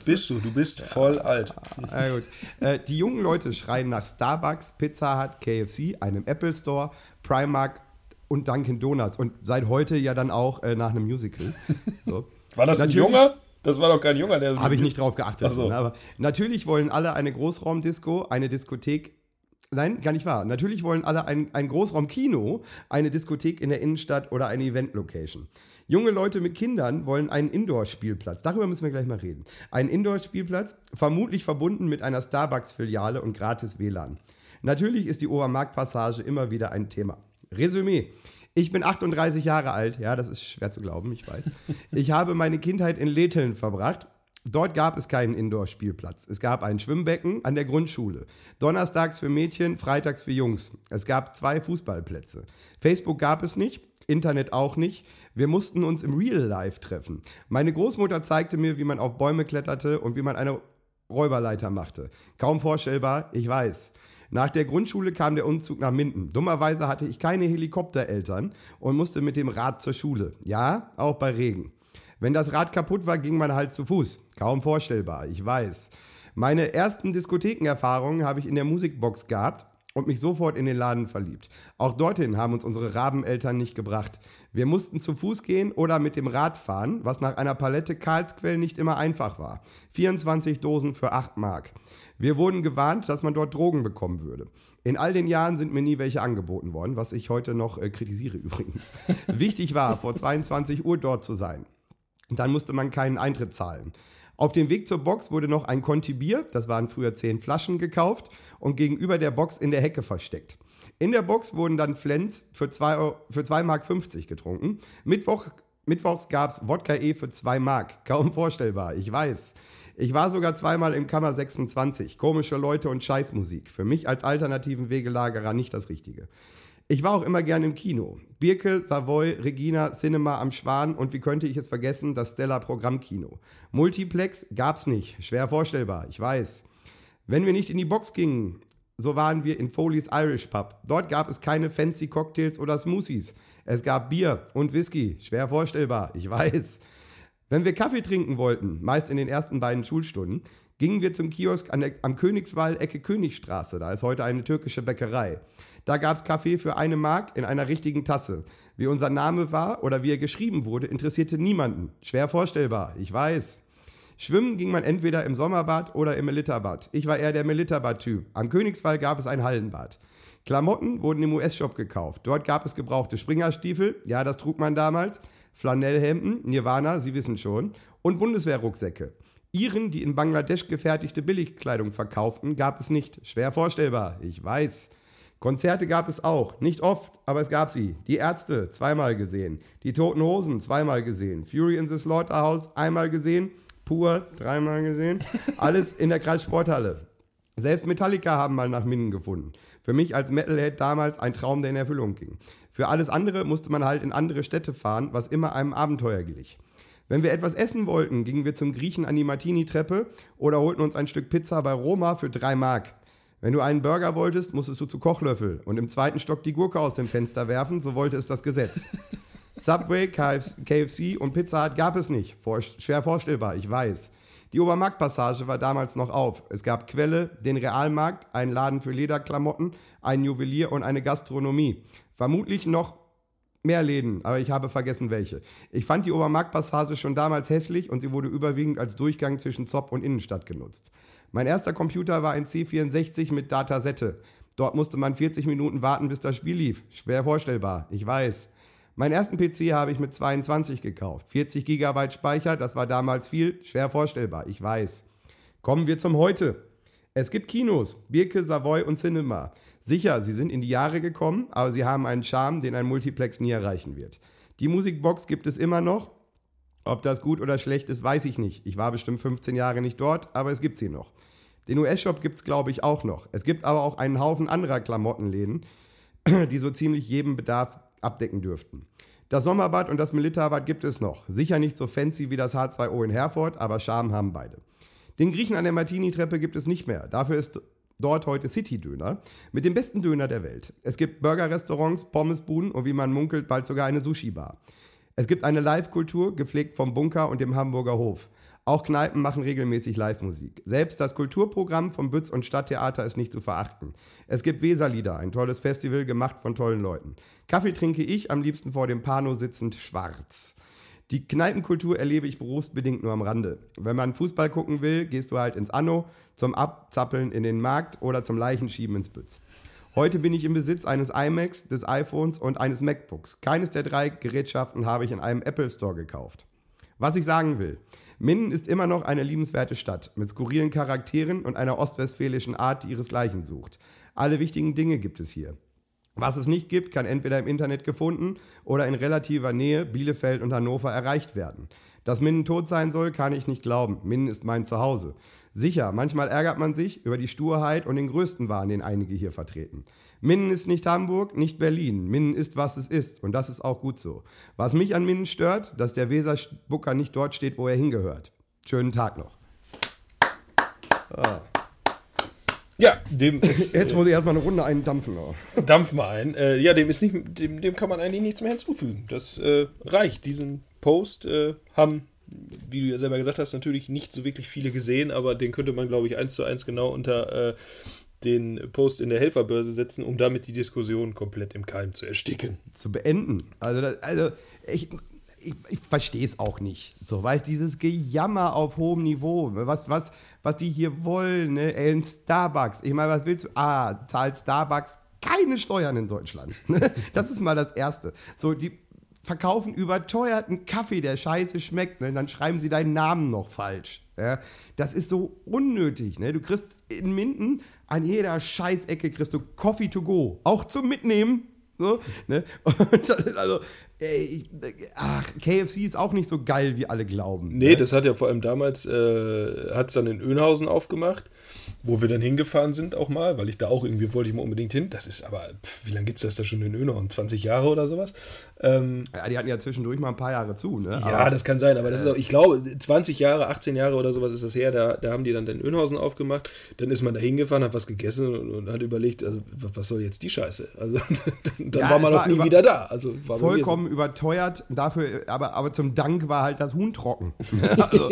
bist voll alt. Ja, gut. Die jungen Leute schreien nach Starbucks, Pizza Hut, KFC, einem Apple Store, Primark und Dunkin' Donuts und seit heute ja dann auch nach einem Musical. So. War das ein Junger? Das war doch kein Junger. Der habe ich nicht drauf geachtet. So. Aber natürlich wollen alle eine Großraumdisco, eine Diskothek. Nein, gar nicht wahr. Natürlich wollen alle ein Großraumkino, eine Diskothek in der Innenstadt oder eine Event-Location. Junge Leute mit Kindern wollen einen Indoor-Spielplatz. Darüber müssen wir gleich mal reden. Ein Indoor-Spielplatz, vermutlich verbunden mit einer Starbucks-Filiale und gratis WLAN. Natürlich ist die Obermarktpassage immer wieder ein Thema. Resümee. Ich bin 38 Jahre alt. Ja, das ist schwer zu glauben, ich weiß. Ich habe meine Kindheit in Letheln verbracht. Dort gab es keinen Indoor-Spielplatz. Es gab ein Schwimmbecken an der Grundschule. Donnerstags für Mädchen, freitags für Jungs. Es gab 2 Fußballplätze. Facebook gab es nicht, Internet auch nicht. Wir mussten uns im Real Life treffen. Meine Großmutter zeigte mir, wie man auf Bäume kletterte und wie man eine Räuberleiter machte. Kaum vorstellbar, ich weiß. Nach der Grundschule kam der Umzug nach Minden. Dummerweise hatte ich keine Helikoptereltern und musste mit dem Rad zur Schule. Ja, auch bei Regen. Wenn das Rad kaputt war, ging man halt zu Fuß. Kaum vorstellbar, ich weiß. Meine ersten Diskothekenerfahrungen habe ich in der Musikbox gehabt und mich sofort in den Laden verliebt. Auch dorthin haben uns unsere Rabeneltern nicht gebracht. Wir mussten zu Fuß gehen oder mit dem Rad fahren, was nach einer Palette Karlsquell nicht immer einfach war. 24 Dosen für 8 Mark. Wir wurden gewarnt, dass man dort Drogen bekommen würde. In all den Jahren sind mir nie welche angeboten worden, was ich heute noch kritisiere übrigens. Wichtig war, vor 22 Uhr dort zu sein. Dann musste man keinen Eintritt zahlen. Auf dem Weg zur Box wurde noch ein Conti Bier, das waren früher 10 Flaschen, gekauft und gegenüber der Box in der Hecke versteckt. In der Box wurden dann Flens für 2,50 Mark getrunken. Mittwochs gab es Wodka für 2 Mark. Kaum vorstellbar, ich weiß. Ich war sogar 2-mal im Kammer 26. Komische Leute und Scheißmusik. Für mich als alternativen Wegelagerer nicht das Richtige. Ich war auch immer gern im Kino. Birke, Savoy, Regina, Cinema am Schwan und wie könnte ich es vergessen, das Stella Programmkino. Multiplex gab's nicht. Schwer vorstellbar, ich weiß. Wenn wir nicht in die Box gingen, so waren wir in Foley's Irish Pub. Dort gab es keine fancy Cocktails oder Smoothies. Es gab Bier und Whisky. Schwer vorstellbar, ich weiß. Wenn wir Kaffee trinken wollten, meist in den ersten beiden Schulstunden, Gingen wir zum Kiosk am Königswall, Ecke Königstraße, da ist heute eine türkische Bäckerei. Da gab es Kaffee für 1 Mark in einer richtigen Tasse. Wie unser Name war oder wie er geschrieben wurde, interessierte niemanden. Schwer vorstellbar, ich weiß. Schwimmen ging man entweder im Sommerbad oder im Melitterbad. Ich war eher der Melitterbad-Typ. Am Königswall gab es ein Hallenbad. Klamotten wurden im US-Shop gekauft. Dort gab es gebrauchte Springerstiefel, ja, das trug man damals, Flanellhemden, Nirvana, Sie wissen schon, und Bundeswehrrucksäcke. Iren, die in Bangladesch gefertigte Billigkleidung verkauften, gab es nicht. Schwer vorstellbar, ich weiß. Konzerte gab es auch, nicht oft, aber es gab sie. Die Ärzte, 2-mal gesehen. Die Toten Hosen, 2-mal gesehen. Fury in the Slaughterhouse, 1-mal gesehen. Pur, 3-mal gesehen. Alles in der Kreissporthalle. Selbst Metallica haben mal nach Minden gefunden. Für mich als Metalhead damals ein Traum, der in Erfüllung ging. Für alles andere musste man halt in andere Städte fahren, was immer einem Abenteuer glich. Wenn wir etwas essen wollten, gingen wir zum Griechen an die Martini-Treppe oder holten uns ein Stück Pizza bei Roma für 3 Mark. Wenn du einen Burger wolltest, musstest du zu Kochlöffel und im 2. Stock die Gurke aus dem Fenster werfen, so wollte es das Gesetz. Subway, KFC und Pizza Hut gab es nicht. Schwer vorstellbar, ich weiß. Die Obermarktpassage war damals noch auf. Es gab Quelle, den Realmarkt, einen Laden für Lederklamotten, einen Juwelier und eine Gastronomie. Vermutlich noch mehr Läden, aber ich habe vergessen welche. Ich fand die Obermarktpassage schon damals hässlich und sie wurde überwiegend als Durchgang zwischen Zopp und Innenstadt genutzt. Mein erster Computer war ein C64 mit Datasette. Dort musste man 40 Minuten warten, bis das Spiel lief. Schwer vorstellbar, ich weiß. Meinen ersten PC habe ich mit 22 gekauft. 40 GB Speicher, das war damals viel. Schwer vorstellbar, ich weiß. Kommen wir zum Heute. Es gibt Kinos, Birke, Savoy und Cinema. Sicher, sie sind in die Jahre gekommen, aber sie haben einen Charme, den ein Multiplex nie erreichen wird. Die Musikbox gibt es immer noch. Ob das gut oder schlecht ist, weiß ich nicht. Ich war bestimmt 15 Jahre nicht dort, aber es gibt sie noch. Den US-Shop gibt es, glaube ich, auch noch. Es gibt aber auch einen Haufen anderer Klamottenläden, die so ziemlich jeden Bedarf abdecken dürften. Das Sommerbad und das Melitterbad gibt es noch. Sicher nicht so fancy wie das H2O in Herford, aber Charme haben beide. Den Griechen an der Martini-Treppe gibt es nicht mehr. Dafür ist dort heute City-Döner mit dem besten Döner der Welt. Es gibt Burger-Restaurants, Pommesbuden und wie man munkelt, bald sogar eine Sushi-Bar. Es gibt eine Live-Kultur, gepflegt vom Bunker und dem Hamburger Hof. Auch Kneipen machen regelmäßig Live-Musik. Selbst das Kulturprogramm vom Bütz- und Stadttheater ist nicht zu verachten. Es gibt Weserlieder, ein tolles Festival, gemacht von tollen Leuten. Kaffee trinke ich, am liebsten vor dem Pano sitzend, schwarz. Die Kneipenkultur erlebe ich berufsbedingt nur am Rande. Wenn man Fußball gucken will, gehst du halt ins Anno, zum Abzappeln in den Markt oder zum Leichenschieben ins Bütz. Heute bin ich im Besitz eines iMacs, des iPhones und eines MacBooks. Keines der 3 Gerätschaften habe ich in einem Apple Store gekauft. Was ich sagen will: Minden ist immer noch eine liebenswerte Stadt mit skurrilen Charakteren und einer ostwestfälischen Art, die ihresgleichen sucht. Alle wichtigen Dinge gibt es hier. Was es nicht gibt, kann entweder im Internet gefunden oder in relativer Nähe, Bielefeld und Hannover, erreicht werden. Dass Minden tot sein soll, kann ich nicht glauben. Minden ist mein Zuhause. Sicher, manchmal ärgert man sich über die Sturheit und den Größtenwahn, den einige hier vertreten. Minden ist nicht Hamburg, nicht Berlin. Minden ist, was es ist. Und das ist auch gut so. Was mich an Minden stört, dass der Weserspucker nicht dort steht, wo er hingehört. Schönen Tag noch. Ja, dem ist, jetzt muss ich erstmal eine Runde eindampfen. Dampf mal ein. Ja, dem kann man eigentlich nichts mehr hinzufügen. Das reicht. Diesen Post haben, wie du ja selber gesagt hast, natürlich nicht so wirklich viele gesehen, aber den könnte man, glaube ich, 1:1 genau unter den Post in der Helferbörse setzen, um damit die Diskussion komplett im Keim zu ersticken. Zu beenden. Also ich verstehe es auch nicht. So, weißt, dieses Gejammer auf hohem Niveau, was die hier wollen, ne? In Starbucks. Ich meine, was willst du? Zahlt Starbucks keine Steuern in Deutschland. Das ist mal das Erste. So, die verkaufen überteuerten Kaffee, der scheiße schmeckt, ne? Dann schreiben sie deinen Namen noch falsch. Ja? Das ist so unnötig. Ne? Du kriegst in Minden an jeder Scheißecke kriegst du Coffee to go. Auch zum Mitnehmen. So, ne? Und das ist also, KFC ist auch nicht so geil, wie alle glauben. Nee, ne? Das hat ja vor allem damals, hat es dann in Önhausen aufgemacht, wo wir dann hingefahren sind auch mal, weil ich da auch irgendwie wollte ich mal unbedingt hin. Das ist aber, wie lange gibt es das da schon in Önhausen? 20 Jahre oder sowas? Ja, die hatten ja zwischendurch mal ein paar Jahre zu, ne? Ja, aber, das kann sein, aber das ist auch, ich glaube, 20 Jahre, 18 Jahre oder sowas ist das her, da haben die dann den Önhausen aufgemacht, dann ist man da hingefahren, hat was gegessen und hat überlegt, also was soll jetzt die Scheiße? Also dann war man auch nie wieder da. Also war vollkommen überteuert, dafür, aber zum Dank war halt das Huhn trocken. Also,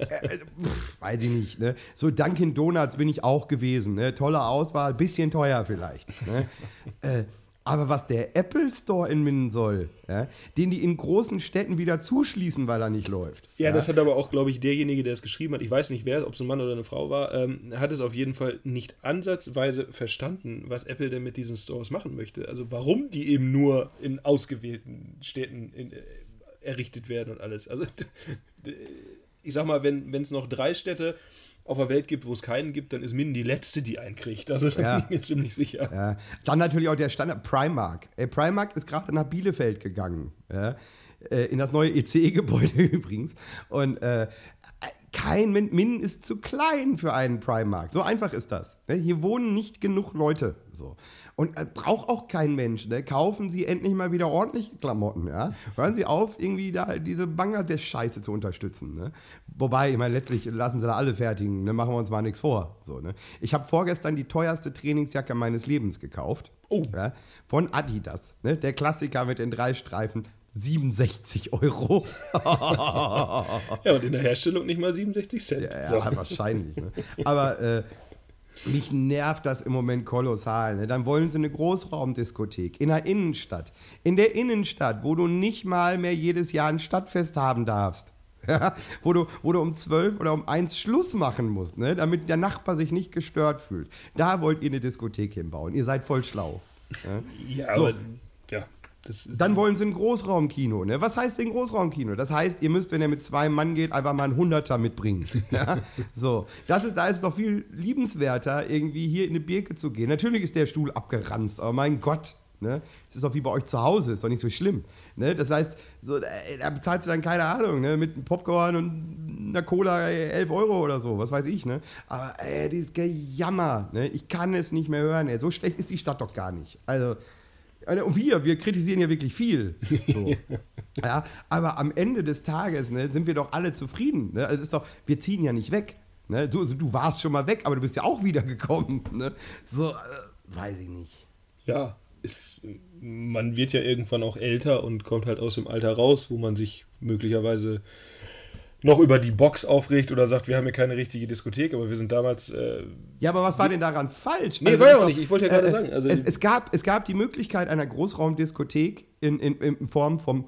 weiß ich nicht. Ne? So Dunkin' Donuts bin ich auch gewesen. Ne? Tolle Auswahl, bisschen teuer vielleicht. Ne? Aber was der Apple Store in Minden soll, ja, den die in großen Städten wieder zuschließen, weil er nicht läuft. Ja, das hat aber auch, glaube ich, derjenige, der es geschrieben hat, ich weiß nicht wer, ob es ein Mann oder eine Frau war, hat es auf jeden Fall nicht ansatzweise verstanden, was Apple denn mit diesen Stores machen möchte. Also warum die eben nur in ausgewählten Städten errichtet werden und alles. Also ich sag mal, wenn es noch 3 Städte auf der Welt gibt, wo es keinen gibt, dann ist Minden die letzte, die einen kriegt. Also da bin ich mir ziemlich sicher. Ja. Dann natürlich auch der Standard Primark. Primark ist gerade nach Bielefeld gegangen. Ja? In das neue ECE-Gebäude übrigens. Und Minden ist zu klein für einen Primark. So einfach ist das. Ne? Hier wohnen nicht genug Leute. So. Und braucht auch kein Mensch. Ne? Kaufen Sie endlich mal wieder ordentliche Klamotten. Ja? Hören Sie auf, irgendwie da diese Bangladesch-Scheiße zu unterstützen. Ne? Wobei, ich meine, letztlich lassen Sie da alle fertigen. Ne? Machen wir uns mal nichts vor. So, ne? Ich habe vorgestern die teuerste Trainingsjacke meines Lebens gekauft. Oh. Ja? Von Adidas. Ne? Der Klassiker mit den 3 Streifen. 67 €. Ja, und in der Herstellung nicht mal 67 Cent. Ja, wahrscheinlich. Ne? Aber mich nervt das im Moment kolossal. Ne? Dann wollen sie eine Großraumdiskothek in der Innenstadt. In der Innenstadt, wo du nicht mal mehr jedes Jahr ein Stadtfest haben darfst. Ja? Wo du um 12 oder um 1 Schluss machen musst, ne? Damit der Nachbar sich nicht gestört fühlt. Da wollt ihr eine Diskothek hinbauen. Ihr seid voll schlau. Ja, so. aber ja. Dann wollen sie ein Großraumkino. Ne? Was heißt denn Großraumkino? Das heißt, ihr müsst, wenn ihr mit 2 Mann geht, einfach mal einen 100er mitbringen. Ja? So. Da ist es doch viel liebenswerter, irgendwie hier in eine Birke zu gehen. Natürlich ist der Stuhl abgeranzt, aber mein Gott. Ne? Das ist doch wie bei euch zu Hause, ist doch nicht so schlimm. Ne? Das heißt, so, da bezahlst du dann, keine Ahnung, ne? Mit einem Popcorn und einer Cola 11 € oder so, was weiß ich. Ne? Aber dieses Gejammer, ne? Ich kann es nicht mehr hören. So schlecht ist die Stadt doch gar nicht. Also, und wir kritisieren ja wirklich viel. So. Ja, aber am Ende des Tages, ne, sind wir doch alle zufrieden. Ne? Also ist doch, wir ziehen ja nicht weg. Ne? Du warst schon mal weg, aber du bist ja auch wiedergekommen. Ne? So, weiß ich nicht. Ja, man wird ja irgendwann auch älter und kommt halt aus dem Alter raus, wo man sich möglicherweise noch über die Box aufregt oder sagt, wir haben hier keine richtige Diskothek, aber wir sind damals... ja, aber was war denn daran falsch? Nee, also, war ja auch nicht, ich wollte ja gerade sagen. Also, es gab die Möglichkeit einer Großraumdiskothek in Form vom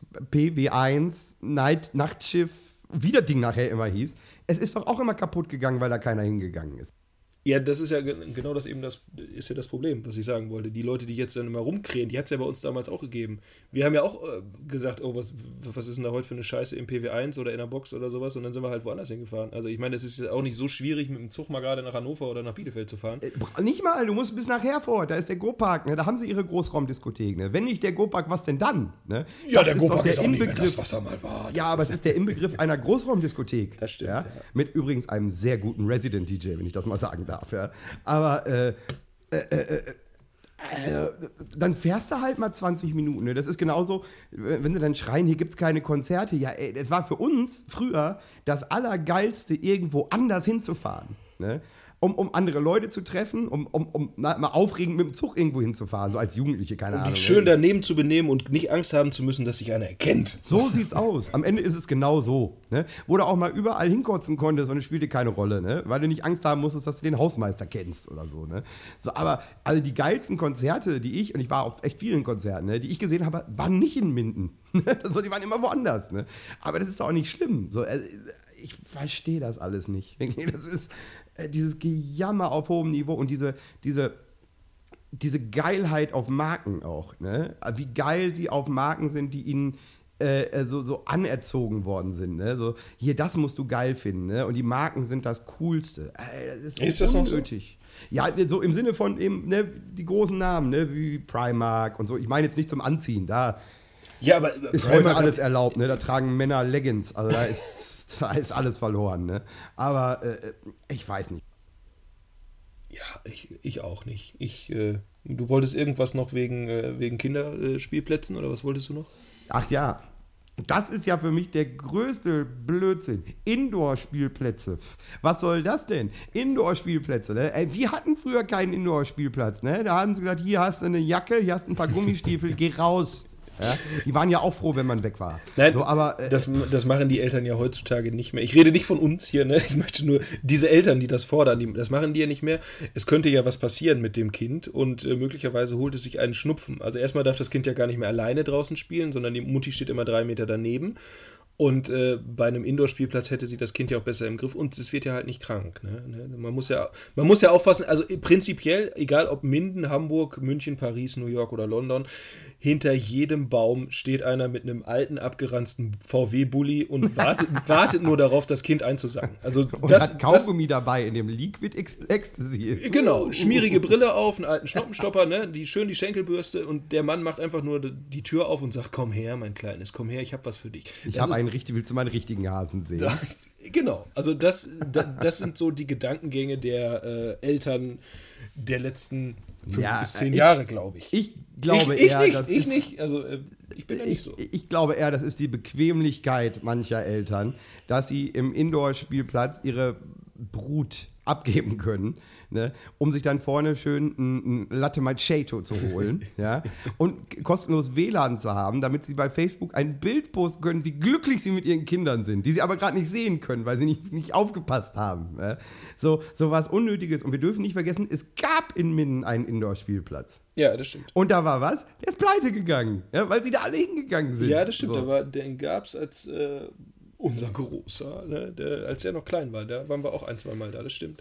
PW1, Nachtschiff, wie das Ding nachher immer hieß. Es ist doch auch immer kaputt gegangen, weil da keiner hingegangen ist. Ja, das ist ja genau das eben, das ist ja das Problem, was ich sagen wollte. Die Leute, die jetzt dann immer rumkrähen, die hat es ja bei uns damals auch gegeben. Wir haben ja auch gesagt, oh, was ist denn da heute für eine Scheiße im PW1 oder in der Box oder sowas, und dann sind wir halt woanders hingefahren. Also ich meine, es ist ja auch nicht so schwierig, mit dem Zug mal gerade nach Hannover oder nach Bielefeld zu fahren. Nicht mal, du musst bis nach Herford, da ist der Go-Park, ne? Da haben sie ihre Großraumdiskothek. Ne? Wenn nicht der Go-Park, was denn dann? Ne? Ja, das der Go-Park ist auch auch nicht mehr das, was er mal war. Ja, aber es ist der Inbegriff einer Großraumdiskothek. Das stimmt, ja? ja. Mit übrigens einem sehr guten Resident-DJ, wenn ich das mal sagen darf. Ja? Aber dann fährst du halt mal 20 Minuten. Ne? Das ist genauso, wenn sie dann schreien, hier gibt es keine Konzerte. Ja, es war für uns früher das Allergeilste, irgendwo anders hinzufahren. Ne? Um andere Leute zu treffen, um mal aufregend mit dem Zug irgendwo hinzufahren, so als Jugendliche, keine Ahnung. Dich schön daneben zu benehmen und nicht Angst haben zu müssen, dass sich einer erkennt. So sieht's aus. Am Ende ist es genau so. Ne? Wo du auch mal überall hinkotzen konntest und es spielte keine Rolle, ne? Weil du nicht Angst haben musstest, dass du den Hausmeister kennst oder so. Ne? So, aber also die geilsten Konzerte, und ich war auf echt vielen Konzerten, ne, die ich gesehen habe, waren nicht in Minden. So, die waren immer woanders. Ne? Aber das ist doch auch nicht schlimm. So, ich verstehe das alles nicht. Das ist dieses Gejammer auf hohem Niveau und diese Geilheit auf Marken auch. Ne? Wie geil sie auf Marken sind, die ihnen so anerzogen worden sind. Ne? So, hier, das musst du geil finden. Ne? Und die Marken sind das Coolste. Das ist das unnötig. So? Ja, so im Sinne von eben, ne, die großen Namen, ne, wie Primark und so. Ich meine jetzt nicht zum Anziehen, da aber ist heute alles erlaubt. Ne? Da tragen Männer Leggings. Also da ist alles verloren. Ne? Aber ich weiß nicht. Ja, ich auch nicht. Du wolltest irgendwas noch wegen Kinderspielplätzen oder was wolltest du noch? Ach ja, das ist ja für mich der größte Blödsinn. Indoor-Spielplätze. Was soll das denn? Indoor-Spielplätze. Ne? Wir hatten früher keinen Indoor-Spielplatz. Ne? Da haben sie gesagt, hier hast du eine Jacke, hier hast du ein paar Gummistiefel, geh raus. Ja? Die waren ja auch froh, wenn man weg war. Nein, so, aber, das machen die Eltern ja heutzutage nicht mehr. Ich rede nicht von uns hier, ne? Ich möchte nur, diese Eltern, die das fordern, das machen die ja nicht mehr. Es könnte ja was passieren mit dem Kind und möglicherweise holt es sich einen Schnupfen. Also erstmal darf das Kind ja gar nicht mehr alleine draußen spielen, sondern die Mutti steht immer 3 Meter daneben. Und bei einem Indoor-Spielplatz hätte sie das Kind ja auch besser im Griff und es wird ja halt nicht krank. Ne? Man muss ja aufpassen, also prinzipiell, egal ob Minden, Hamburg, München, Paris, New York oder London, hinter jedem Baum steht einer mit einem alten, abgeranzten VW-Bulli und wartet nur darauf, das Kind einzusacken. Also und hat Kaugummi dabei in dem Liquid Ecstasy. Genau, schmierige Brille auf, einen alten Schnoppenstopper, ne? Schön die Schenkelbürste und der Mann macht einfach nur die Tür auf und sagt, komm her, mein Kleines, komm her, ich hab was für dich. Willst du meinen richtigen Hasen sehen? Genau, also das sind so die Gedankengänge der Eltern der letzten 5 bis 10 Jahre, glaube ich. Ich glaube eher, ich bin ja nicht so. Ich glaube eher, das ist die Bequemlichkeit mancher Eltern, dass sie im Indoor-Spielplatz ihre Brut abgeben können, ne, um sich dann vorne schön ein Latte Macchiato zu holen, ja, und kostenlos WLAN zu haben, damit sie bei Facebook ein Bild posten können, wie glücklich sie mit ihren Kindern sind, die sie aber gerade nicht sehen können, weil sie nicht aufgepasst haben. Ja. So was Unnötiges. Und wir dürfen nicht vergessen, es gab in Minden einen Indoor-Spielplatz. Ja, das stimmt. Und da war was? Der ist pleite gegangen, ja, weil sie da alle hingegangen sind. Ja, das stimmt. So. Den gab es als unser Großer, ne, als er noch klein war, da waren wir auch 1-2 Mal da, das stimmt.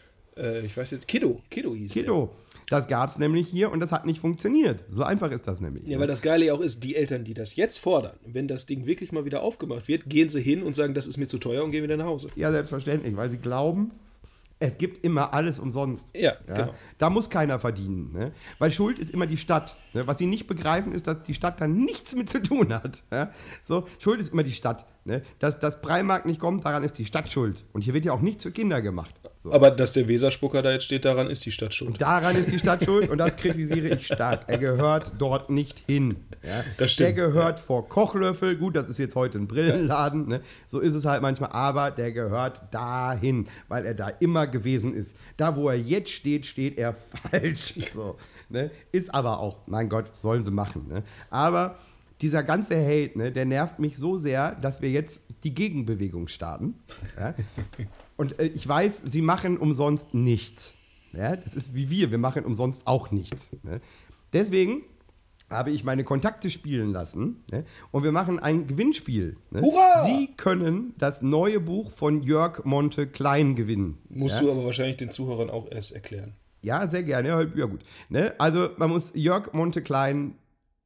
Ich weiß jetzt, Kiddo hieß Kiddo. Das gab es nämlich hier und das hat nicht funktioniert. So einfach ist das nämlich. Ja, weil das Geile auch ist, die Eltern, die das jetzt fordern, wenn das Ding wirklich mal wieder aufgemacht wird, gehen sie hin und sagen, das ist mir zu teuer und gehen wieder nach Hause. Ja, selbstverständlich, weil sie glauben, es gibt immer alles umsonst. Ja, genau. Da muss keiner verdienen. Ne? Weil Schuld ist immer die Stadt. Ne? Was sie nicht begreifen, ist, dass die Stadt da nichts mit zu tun hat. Ja? So, Schuld ist immer die Stadt. Ne? Dass das Primark nicht kommt, daran ist die Stadt schuld. Und hier wird ja auch nichts für Kinder gemacht. So. Aber dass der Weserspucker da jetzt steht, daran ist die Stadt schuld. Daran ist die Stadt schuld und das kritisiere ich stark. Er gehört dort nicht hin. Ja? Das stimmt. Der gehört vor Kochlöffel. Gut, das ist jetzt heute ein Brillenladen. Ne? So ist es halt manchmal. Aber der gehört dahin, weil er da immer gewesen ist. Da, wo er jetzt steht, steht er falsch. So, ne? Ist aber auch, mein Gott, sollen sie machen. Ne? Aber dieser ganze Hate, ne, der nervt mich so sehr, dass wir jetzt die Gegenbewegung starten. Ja? Und ich weiß, sie machen umsonst nichts. Ja? Das ist wie wir machen umsonst auch nichts. Ne? Deswegen habe ich meine Kontakte spielen lassen, ne? Und wir machen ein Gewinnspiel. Ne? Hurra! Sie können das neue Buch von Jörg Monte Klein gewinnen. Musst du aber wahrscheinlich den Zuhörern auch erst erklären. Ja, sehr gerne. Ja, gut. Ne? Also man muss, Jörg Monte Klein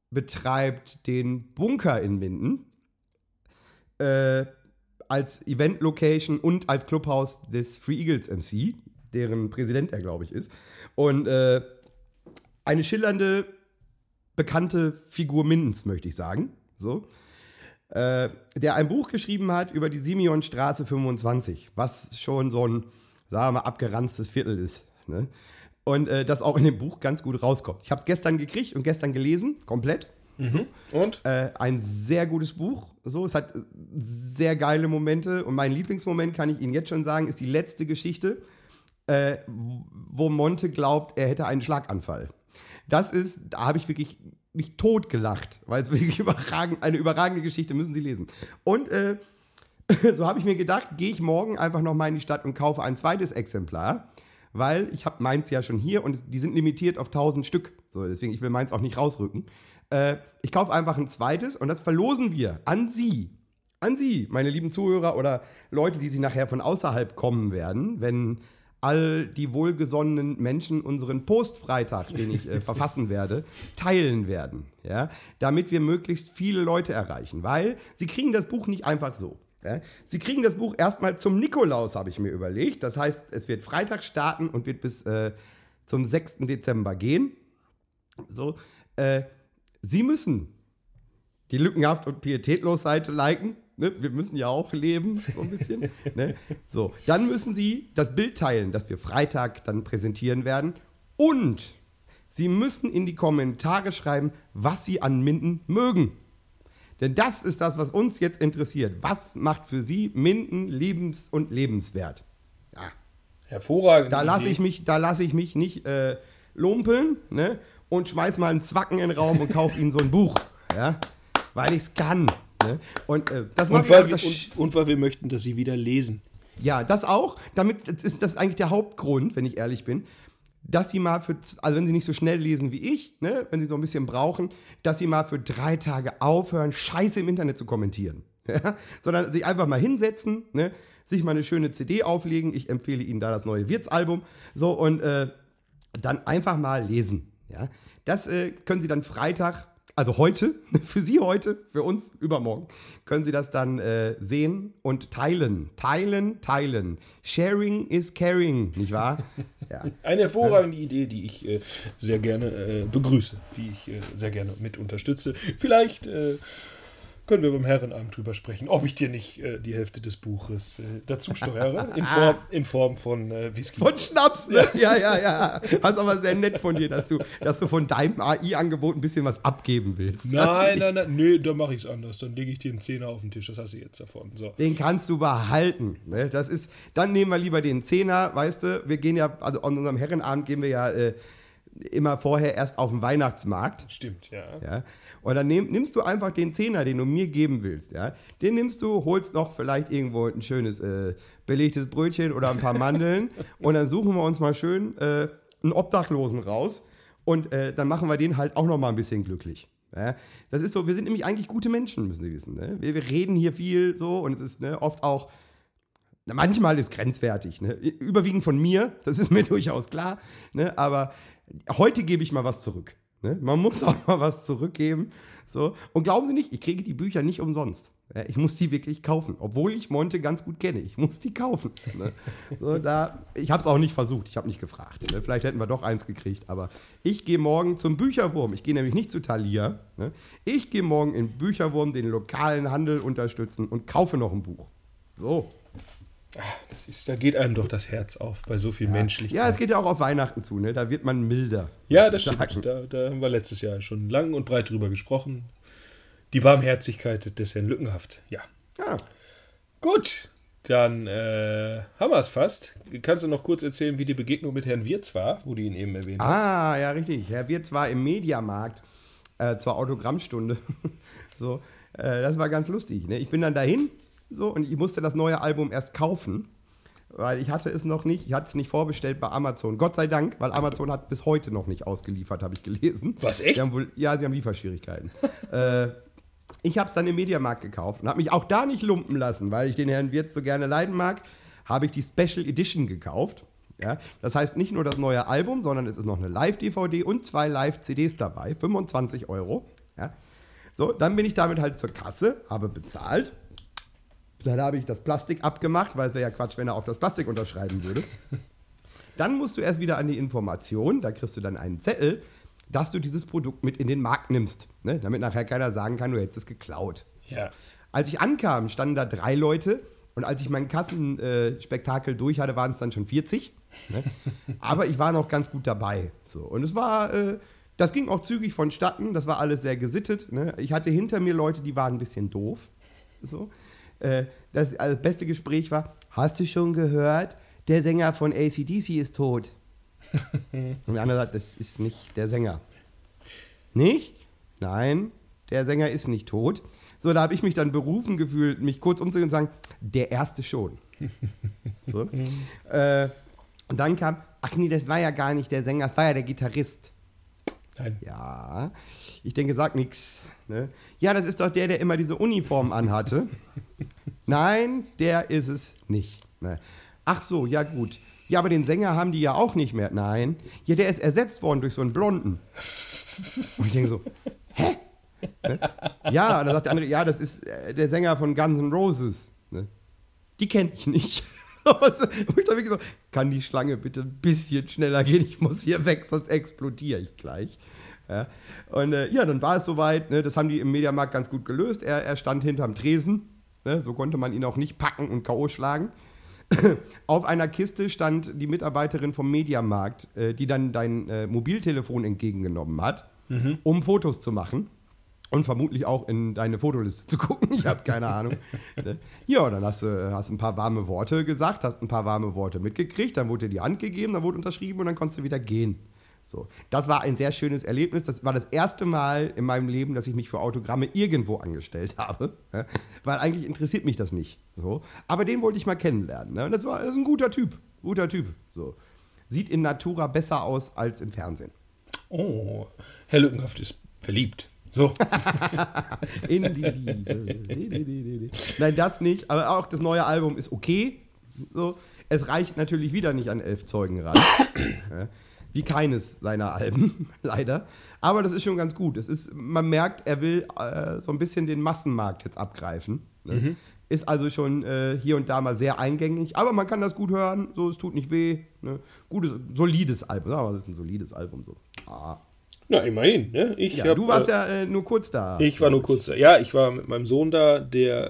betreibt den Bunker in Minden als Event-Location und als Clubhaus des Free Eagles MC, deren Präsident er, glaube ich, ist. Und eine schillernde, bekannte Figur Mindens, möchte ich sagen. So. Der ein Buch geschrieben hat über die Simeonstraße 25, was schon so ein, sagen wir mal, abgeranztes Viertel ist. Ne? Und das auch in dem Buch ganz gut rauskommt. Ich habe es gestern gekriegt und gestern gelesen, komplett. Mhm. Und? Ein sehr gutes Buch. So, es hat sehr geile Momente. Und mein Lieblingsmoment, kann ich Ihnen jetzt schon sagen, ist die letzte Geschichte, wo Monte glaubt, er hätte einen Schlaganfall. Da habe ich wirklich mich totgelacht, weil es wirklich eine überragende Geschichte, müssen Sie lesen. Und so habe ich mir gedacht, gehe ich morgen einfach noch mal in die Stadt und kaufe ein zweites Exemplar, weil ich habe meins ja schon hier und die sind limitiert auf 1000 Stück. So, deswegen, ich will meins auch nicht rausrücken. Ich kaufe einfach ein zweites und das verlosen wir an Sie. An Sie, meine lieben Zuhörer oder Leute, die Sie nachher von außerhalb kommen werden, wenn all die wohlgesonnenen Menschen unseren Postfreitag, den ich verfassen werde, teilen werden. Ja? Damit wir möglichst viele Leute erreichen. Weil Sie kriegen das Buch nicht einfach so. Ja? Sie kriegen das Buch erstmal zum Nikolaus, habe ich mir überlegt. Das heißt, es wird Freitag starten und wird bis zum 6. Dezember gehen. So, Sie müssen die Lückenhaft und pietätlos Seite liken. Ne? Wir müssen ja auch leben, so ein bisschen. Ne? So, dann müssen Sie das Bild teilen, das wir Freitag dann präsentieren werden. Und Sie müssen in die Kommentare schreiben, was Sie an Minden mögen. Denn das ist das, was uns jetzt interessiert. Was macht für Sie Minden liebens- und lebenswert? Ja. Hervorragend. Da lasse ich mich nicht lumpeln, ne? Und schmeiß mal einen Zwacken in den Raum und kauf Ihnen so ein Buch. Ja? Weil ich es kann. Ne? Und das Und weil wir möchten, dass sie wieder lesen. Ja, das auch. Damit ist das eigentlich der Hauptgrund, wenn ich ehrlich bin, dass sie mal also wenn sie nicht so schnell lesen wie ich, ne, wenn sie so ein bisschen brauchen, dass sie mal für 3 Tage aufhören, Scheiße im Internet zu kommentieren. Ja? Sondern sich einfach mal hinsetzen, ne, sich mal eine schöne CD auflegen. Ich empfehle Ihnen da das neue Wirtz-Album. So, und dann einfach mal lesen. Ja? Das können Sie dann Freitag, also heute, für Sie heute, für uns übermorgen, können Sie das dann sehen und teilen. Teilen. Sharing is caring, nicht wahr? Ja. Eine hervorragende Idee, die ich sehr gerne begrüße, die ich sehr gerne mit unterstütze. Vielleicht können wir beim Herrenabend drüber sprechen, ob ich dir nicht die Hälfte des Buches dazu steuere, in Form von Whisky. Von Schnaps, ne? Ja. Das ist aber sehr nett von dir, dass du von deinem AI-Angebot ein bisschen was abgeben willst. Nein, nee, da mache ich es anders. Dann lege ich dir einen Zehner auf den Tisch, das hast du jetzt davon. So. Den kannst du behalten. Ne? Dann nehmen wir lieber den Zehner, weißt du, wir gehen ja, also an unserem Herrenabend gehen wir ja immer vorher erst auf den Weihnachtsmarkt. Stimmt, ja. Und dann nimmst du einfach den Zehner, den du mir geben willst. Ja? Den nimmst du, holst noch vielleicht irgendwo ein schönes belegtes Brötchen oder ein paar Mandeln und dann suchen wir uns mal schön einen Obdachlosen raus und dann machen wir den halt auch noch mal ein bisschen glücklich. Ja? Das ist so, wir sind nämlich eigentlich gute Menschen, müssen Sie wissen. Ne? Wir reden hier viel so und es ist oft auch, manchmal ist grenzwertig. Ne? Überwiegend von mir, das ist mir durchaus klar, ne? Aber heute gebe ich mal was zurück. Ne? Man muss auch mal was zurückgeben. So. Und glauben Sie nicht, ich kriege die Bücher nicht umsonst. Ja, ich muss die wirklich kaufen. Obwohl ich Monte ganz gut kenne. Ich muss die kaufen. Ne? So, ich habe es auch nicht versucht. Ich habe nicht gefragt. Ne? Vielleicht hätten wir doch eins gekriegt. Aber ich gehe morgen zum Bücherwurm. Ich gehe nämlich nicht zu Thalia. Ne? Ich gehe morgen in Bücherwurm, den lokalen Handel unterstützen und kaufe noch ein Buch. So. Da geht einem doch das Herz auf bei so viel Menschlichkeit. Ja, es geht ja auch auf Weihnachten zu, ne? Da wird man milder. Ja, das stimmt. Da haben wir letztes Jahr schon lang und breit drüber gesprochen. Die Barmherzigkeit des Herrn Lückenhaft. Ja. Gut, dann haben wir es fast. Kannst du noch kurz erzählen, wie die Begegnung mit Herrn Wirtz war, wo du ihn eben erwähnt hast? Ja, richtig. Herr Wirtz war im Mediamarkt zur Autogrammstunde. So, das war ganz lustig. Ne? Ich bin dann dahin. So, und ich musste das neue Album erst kaufen, weil ich hatte es noch nicht. Ich hatte es nicht vorbestellt bei Amazon. Gott sei Dank, weil Amazon hat bis heute noch nicht ausgeliefert, habe ich gelesen. Was, echt? Sie haben Lieferschwierigkeiten. Ich habe es dann im Mediamarkt gekauft und habe mich auch da nicht lumpen lassen, weil ich den Herrn Wirtz so gerne leiden mag, habe ich die Special Edition gekauft. Ja? Das heißt nicht nur das neue Album, sondern es ist noch eine Live-DVD und 2 Live-CDs dabei, 25 €. Ja? So, dann bin ich damit halt zur Kasse, habe bezahlt. Dann habe ich das Plastik abgemacht, weil es wäre ja Quatsch, wenn er auf das Plastik unterschreiben würde. Dann musst du erst wieder an die Information, da kriegst du dann einen Zettel, dass du dieses Produkt mit in den Markt nimmst, ne? Damit nachher keiner sagen kann, du hättest es geklaut. Ja. Als ich ankam, standen da 3 Leute und als ich mein Kassenspektakel durch hatte, waren es dann schon 40. Ne? Aber ich war noch ganz gut dabei. So. Und es war, das ging auch zügig vonstatten, das war alles sehr gesittet. Ne? Ich hatte hinter mir Leute, die waren ein bisschen doof. So. Das beste Gespräch war, hast du schon gehört, der Sänger von AC/DC ist tot. Und der andere sagt, das ist nicht der Sänger. Nicht? Nein, der Sänger ist nicht tot. So, da habe ich mich dann berufen gefühlt, mich kurz umzudrehen und sagen, der erste schon. So. Und dann kam, ach nee, das war ja gar nicht der Sänger, das war ja der Gitarrist. Nein. Ja, ich denke, sag nix. Ne? Ja, das ist doch der immer diese Uniform anhatte. Nein, der ist es nicht. Ne? Ach so, ja gut. Ja, aber den Sänger haben die ja auch nicht mehr. Nein. Ja, der ist ersetzt worden durch so einen Blonden. Und ich denke so, hä? Ne? Ja, und dann sagt der andere, ja, das ist der Sänger von Guns N' Roses. Ne? Die kenne ich nicht. Und ich dachte wirklich so, kann die Schlange bitte ein bisschen schneller gehen? Ich muss hier weg, sonst explodiere ich gleich. Ja. Und ja, dann war es soweit. Ne? Das haben die im Mediamarkt ganz gut gelöst. Er stand hinterm Tresen. Ne? So konnte man ihn auch nicht packen und K.O. schlagen. Auf einer Kiste stand die Mitarbeiterin vom Mediamarkt, die dann dein Mobiltelefon entgegengenommen hat, um Fotos zu machen. Und vermutlich auch in deine Fotoliste zu gucken. Ich habe keine Ahnung. Ja, dann hast ein paar warme Worte gesagt, hast ein paar warme Worte mitgekriegt, dann wurde dir die Hand gegeben, dann wurde unterschrieben und dann konntest du wieder gehen. So, das war ein sehr schönes Erlebnis. Das war das erste Mal in meinem Leben, dass ich mich für Autogramme irgendwo angestellt habe. Weil eigentlich interessiert mich das nicht. So. Aber den wollte ich mal kennenlernen. Ne? Und das ist ein guter Typ. So. Sieht in Natura besser aus als im Fernsehen. Oh, Herr Lückenhaft ist verliebt. So. In die Liebe. Nein, das nicht. Aber auch das neue Album ist okay. So. Es reicht natürlich wieder nicht an 11 Zeugen ran. Wie keines seiner Alben, leider. Aber das ist schon ganz gut. Man merkt, er will so ein bisschen den Massenmarkt jetzt abgreifen. Ne? Ist also schon hier und da mal sehr eingängig. Aber man kann das gut hören. So, es tut nicht weh. Ne? Gutes, solides Album. Sagen wir mal, das ist ein solides Album. So. Na, immerhin. Ne? Du warst ja nur kurz da. Ich war nur kurz da. Ja, ich war mit meinem Sohn da.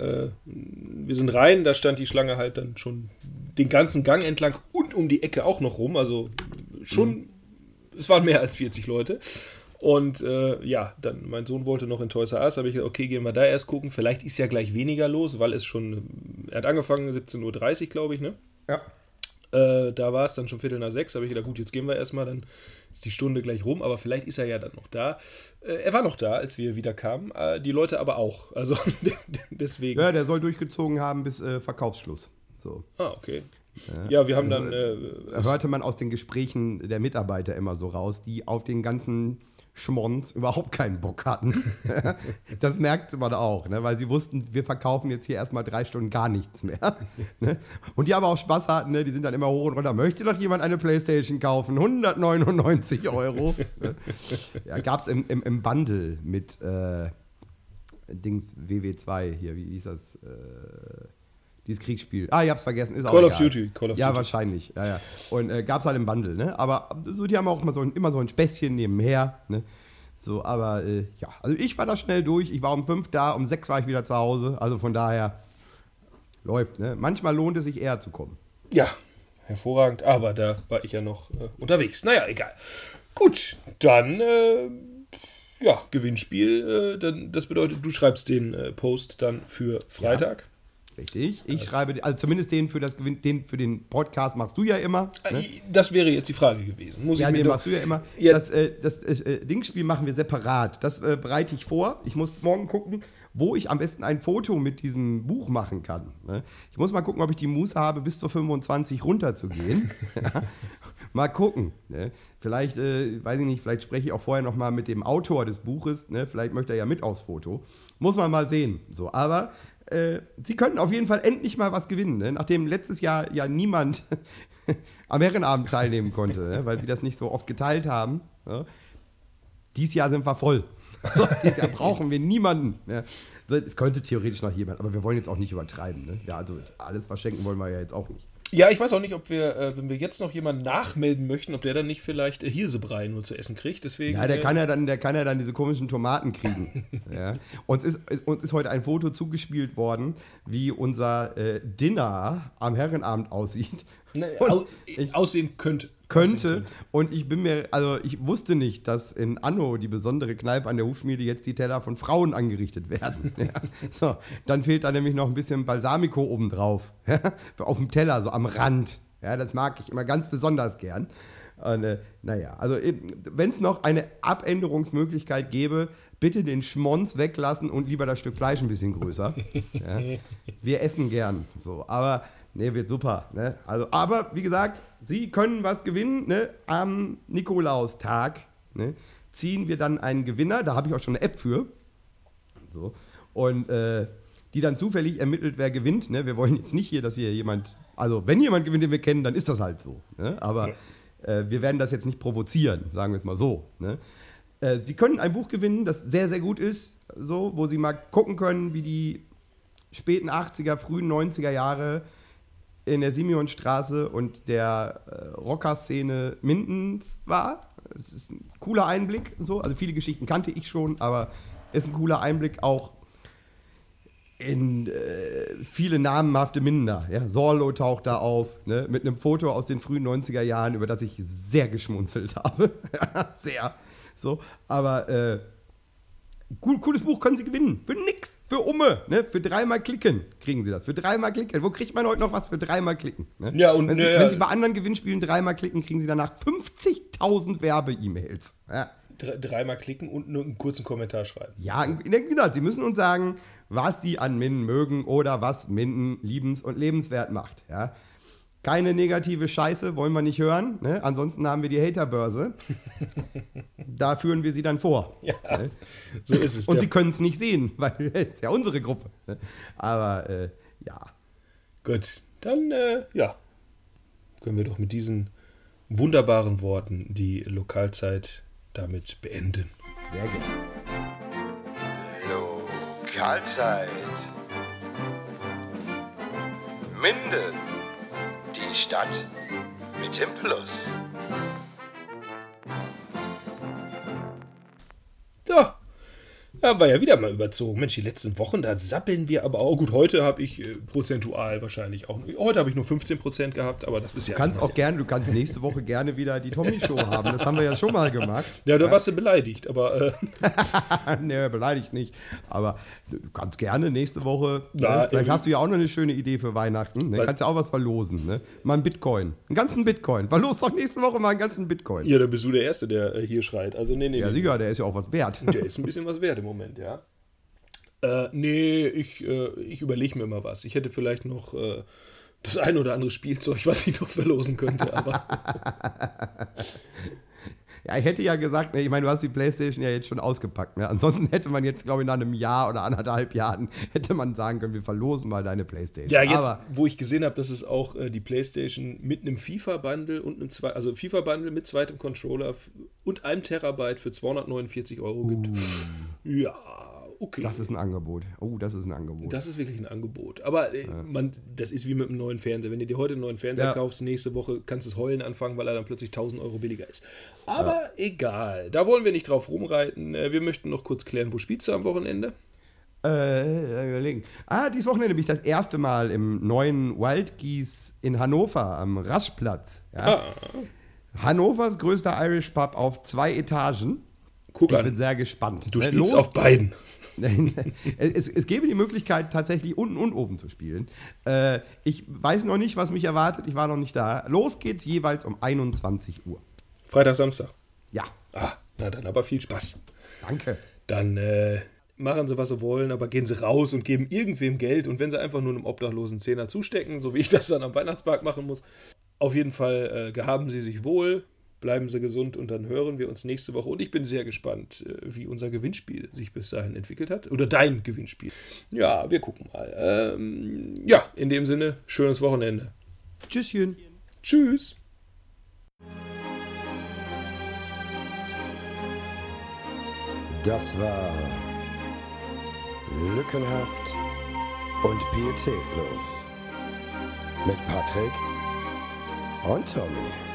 Wir sind rein. Da stand die Schlange halt dann schon den ganzen Gang entlang und um die Ecke auch noch rum. Also schon, es waren mehr als 40 Leute. Und dann mein Sohn wollte noch in Toys R Us, habe ich gesagt, okay, gehen wir da erst gucken. Vielleicht ist ja gleich weniger los, weil es schon, er hat angefangen 17:30 Uhr, glaube ich, ne? Ja. Da war es dann schon 5:45, habe ich gedacht, gut, jetzt gehen wir erstmal, dann ist die Stunde gleich rum, aber vielleicht ist er ja dann noch da. Er war noch da, als wir wieder kamen, die Leute aber auch, also deswegen. Ja, der soll durchgezogen haben bis Verkaufsschluss. So. Ah, okay. Ja, wir haben dann... hörte man aus den Gesprächen der Mitarbeiter immer so raus, die auf den ganzen Schmonz überhaupt keinen Bock hatten. Das merkte man auch, ne? Weil sie wussten, wir verkaufen jetzt hier erstmal 3 Stunden gar nichts mehr. Ne? Und die aber auch Spaß hatten, ne? Die sind dann immer hoch und runter. Möchte doch jemand eine Playstation kaufen? 199 €. Ne? Ja, gab es im Bundle mit Dings WW2 hier, wie hieß das? Dieses Kriegsspiel. Ich hab's vergessen. Ist Call auch of Duty. Ja, wahrscheinlich. Ja. Und gab's halt im Bundle, ne? Aber so, die haben auch immer so ein Späßchen nebenher, ne? So, aber also ich war da schnell durch. Ich war um 5 da, um 6 war ich wieder zu Hause. Also von daher läuft, ne? Manchmal lohnt es sich eher zu kommen. Ja, hervorragend. Aber da war ich ja noch unterwegs. Naja, egal. Gut, dann Gewinnspiel. Das bedeutet, du schreibst den Post dann für Freitag. Ja. Richtig. Ich schreibe, also zumindest den für den Podcast machst du ja immer. Ne? Das wäre jetzt die Frage gewesen. Den machst du ja immer. Ja. Das Dingspiel machen wir separat. Das bereite ich vor. Ich muss morgen gucken, wo ich am besten ein Foto mit diesem Buch machen kann. Ne? Ich muss mal gucken, ob ich die Muße habe, bis zur 25 runterzugehen. Mal gucken. Ne? Vielleicht, weiß ich nicht, vielleicht spreche ich auch vorher noch mal mit dem Autor des Buches. Ne? Vielleicht möchte er ja mit aufs Foto. Muss man mal sehen. So, aber sie könnten auf jeden Fall endlich mal was gewinnen, ne? Nachdem letztes Jahr ja niemand am Herrenabend teilnehmen konnte, ne? Weil sie das nicht so oft geteilt haben. Ne? Dieses Jahr sind wir voll. Dieses Jahr brauchen wir niemanden. Ne? Es könnte theoretisch noch jemand, aber wir wollen jetzt auch nicht übertreiben. Ne? Ja, also alles verschenken wollen wir ja jetzt auch nicht. Ja, ich weiß auch nicht, ob wir, wenn wir jetzt noch jemanden nachmelden möchten, ob der dann nicht vielleicht Hirsebrei nur zu essen kriegt. Deswegen, ja, der kann ja dann diese komischen Tomaten kriegen. Ja. Uns ist heute ein Foto zugespielt worden, wie unser Dinner am Herrenabend aussieht. Aussehen könnte. Und ich wusste nicht, dass in Anno, die besondere Kneipe an der Hufschmiede, jetzt die Teller von Frauen angerichtet werden. Ja. So, dann fehlt da nämlich noch ein bisschen Balsamico obendrauf. Ja. Auf dem Teller, so am Rand. Ja, das mag ich immer ganz besonders gern. Und, also wenn es noch eine Abänderungsmöglichkeit gäbe, bitte den Schmonz weglassen und lieber das Stück Fleisch ein bisschen größer. Ja. Wir essen gern. So, aber nee, wird super. Ne? Also, aber wie gesagt, Sie können was gewinnen. Ne? Am Nikolaustag, ne, ziehen wir dann einen Gewinner. Da habe ich auch schon eine App für. So. Und die dann zufällig ermittelt, wer gewinnt. Ne? Wir wollen jetzt nicht hier, dass hier jemand, also wenn jemand gewinnt, den wir kennen, dann ist das halt so. Ne? Aber wir werden das jetzt nicht provozieren, sagen wir es mal so. Ne? Sie können ein Buch gewinnen, das sehr, sehr gut ist, so, wo Sie mal gucken können, wie die späten 80er, frühen 90er Jahre in der Simeonstraße und der Rockerszene Mindens war. Es ist ein cooler Einblick, so. Also viele Geschichten kannte ich schon, aber es ist ein cooler Einblick auch in viele namenhafte Minder. Ja? Sorlo taucht da auf, ne? Mit einem Foto aus den frühen 90er Jahren, über das ich sehr geschmunzelt habe. Sehr. So. Aber Cooles Buch können Sie gewinnen. Für nix. Für Umme. Ne? Für 3-mal klicken kriegen Sie das. Für 3-mal klicken. Wo kriegt man heute noch was für 3-mal klicken? Ne? Ja, und wenn Sie bei anderen Gewinnspielen 3-mal klicken, kriegen Sie danach 50.000 Werbe-E-Mails. Ja. 3-mal klicken und nur einen kurzen Kommentar schreiben. Ja, genau. Sie müssen uns sagen, was Sie an Minden mögen oder was Minden liebens- und lebenswert macht. Ja? Keine negative Scheiße wollen wir nicht hören. Ne? Ansonsten haben wir die Haterbörse. Da führen wir sie dann vor. Ja, ne? So ist es. Und Sie können es nicht sehen, weil es ist ja unsere Gruppe. Ne? Aber ja. Gut, dann können wir doch mit diesen wunderbaren Worten die Lokalzeit damit beenden. Sehr gerne. Lokalzeit. Minden. Die Stadt mit dem Plus. So, da war ja wieder mal überzogen. Mensch, die letzten Wochen, da sappeln wir aber auch. Gut, heute habe ich prozentual wahrscheinlich auch. Heute habe ich nur 15% gehabt, aber das ist ja. Du kannst nächste Woche gerne wieder die Tommy-Show haben. Das haben wir ja schon mal gemacht. Ja, da warst du beleidigt, aber. Ne, beleidigt nicht. Aber du kannst gerne nächste Woche. Ja, vielleicht hast du ja auch noch eine schöne Idee für Weihnachten. Ne? Kannst ja auch was verlosen. Ne? Mal einen Bitcoin. Einen ganzen Bitcoin. Verlos doch nächste Woche mal einen ganzen Bitcoin. Ja, dann bist du der Erste, der hier schreit. Also, nee. Ja, sicher, der ist ja auch was wert. Der ist ein bisschen was wert im Moment, ja. Ich überlege mir mal was. Ich hätte vielleicht noch das ein oder andere Spielzeug, was ich noch verlosen könnte, aber. Ja, ich hätte ja gesagt, ne, ich meine, du hast die PlayStation ja jetzt schon ausgepackt. Ne? Ansonsten hätte man jetzt, glaube ich, nach einem Jahr oder 1,5 Jahren, hätte man sagen können, wir verlosen mal deine PlayStation. Ja, jetzt, wo ich gesehen habe, dass es auch die PlayStation mit einem FIFA-Bundle und einem FIFA-Bundle mit zweitem Controller und einem Terabyte für 249 € gibt. Ja, okay. Das ist ein Angebot. Das ist ein Angebot. Das ist wirklich ein Angebot. Aber das ist wie mit einem neuen Fernseher. Wenn du dir heute einen neuen Fernseher kaufst, nächste Woche kannst du es heulen anfangen, weil er dann plötzlich 1.000 € billiger ist. Aber egal. Da wollen wir nicht drauf rumreiten. Wir möchten noch kurz klären, wo spielst du am Wochenende? Überlegen. Dieses Wochenende bin ich das erste Mal im neuen Wildgeese in Hannover am Raschplatz. Ja? Hannovers größter Irish Pub auf 2 Etagen. Guck an. Ich bin sehr gespannt. Du spielst auf beiden. Es gäbe die Möglichkeit, tatsächlich unten und oben zu spielen. Ich weiß noch nicht, was mich erwartet. Ich war noch nicht da. Los geht's jeweils um 21 Uhr. Freitag, Samstag? Ja. Na dann aber viel Spaß. Danke. Dann machen sie, was sie wollen, aber gehen sie raus und geben irgendwem Geld. Und wenn sie einfach nur einem Obdachlosen Zehner zustecken, so wie ich das dann am Weihnachtsmarkt machen muss, auf jeden Fall gehaben sie sich wohl. Bleiben Sie gesund und dann hören wir uns nächste Woche. Und ich bin sehr gespannt, wie unser Gewinnspiel sich bis dahin entwickelt hat. Oder dein Gewinnspiel. Ja, wir gucken mal. In dem Sinne, schönes Wochenende. Tschüsschen. Tschüss. Das war Lückenhaft und pietätlos. Mit Patrick und Tommy.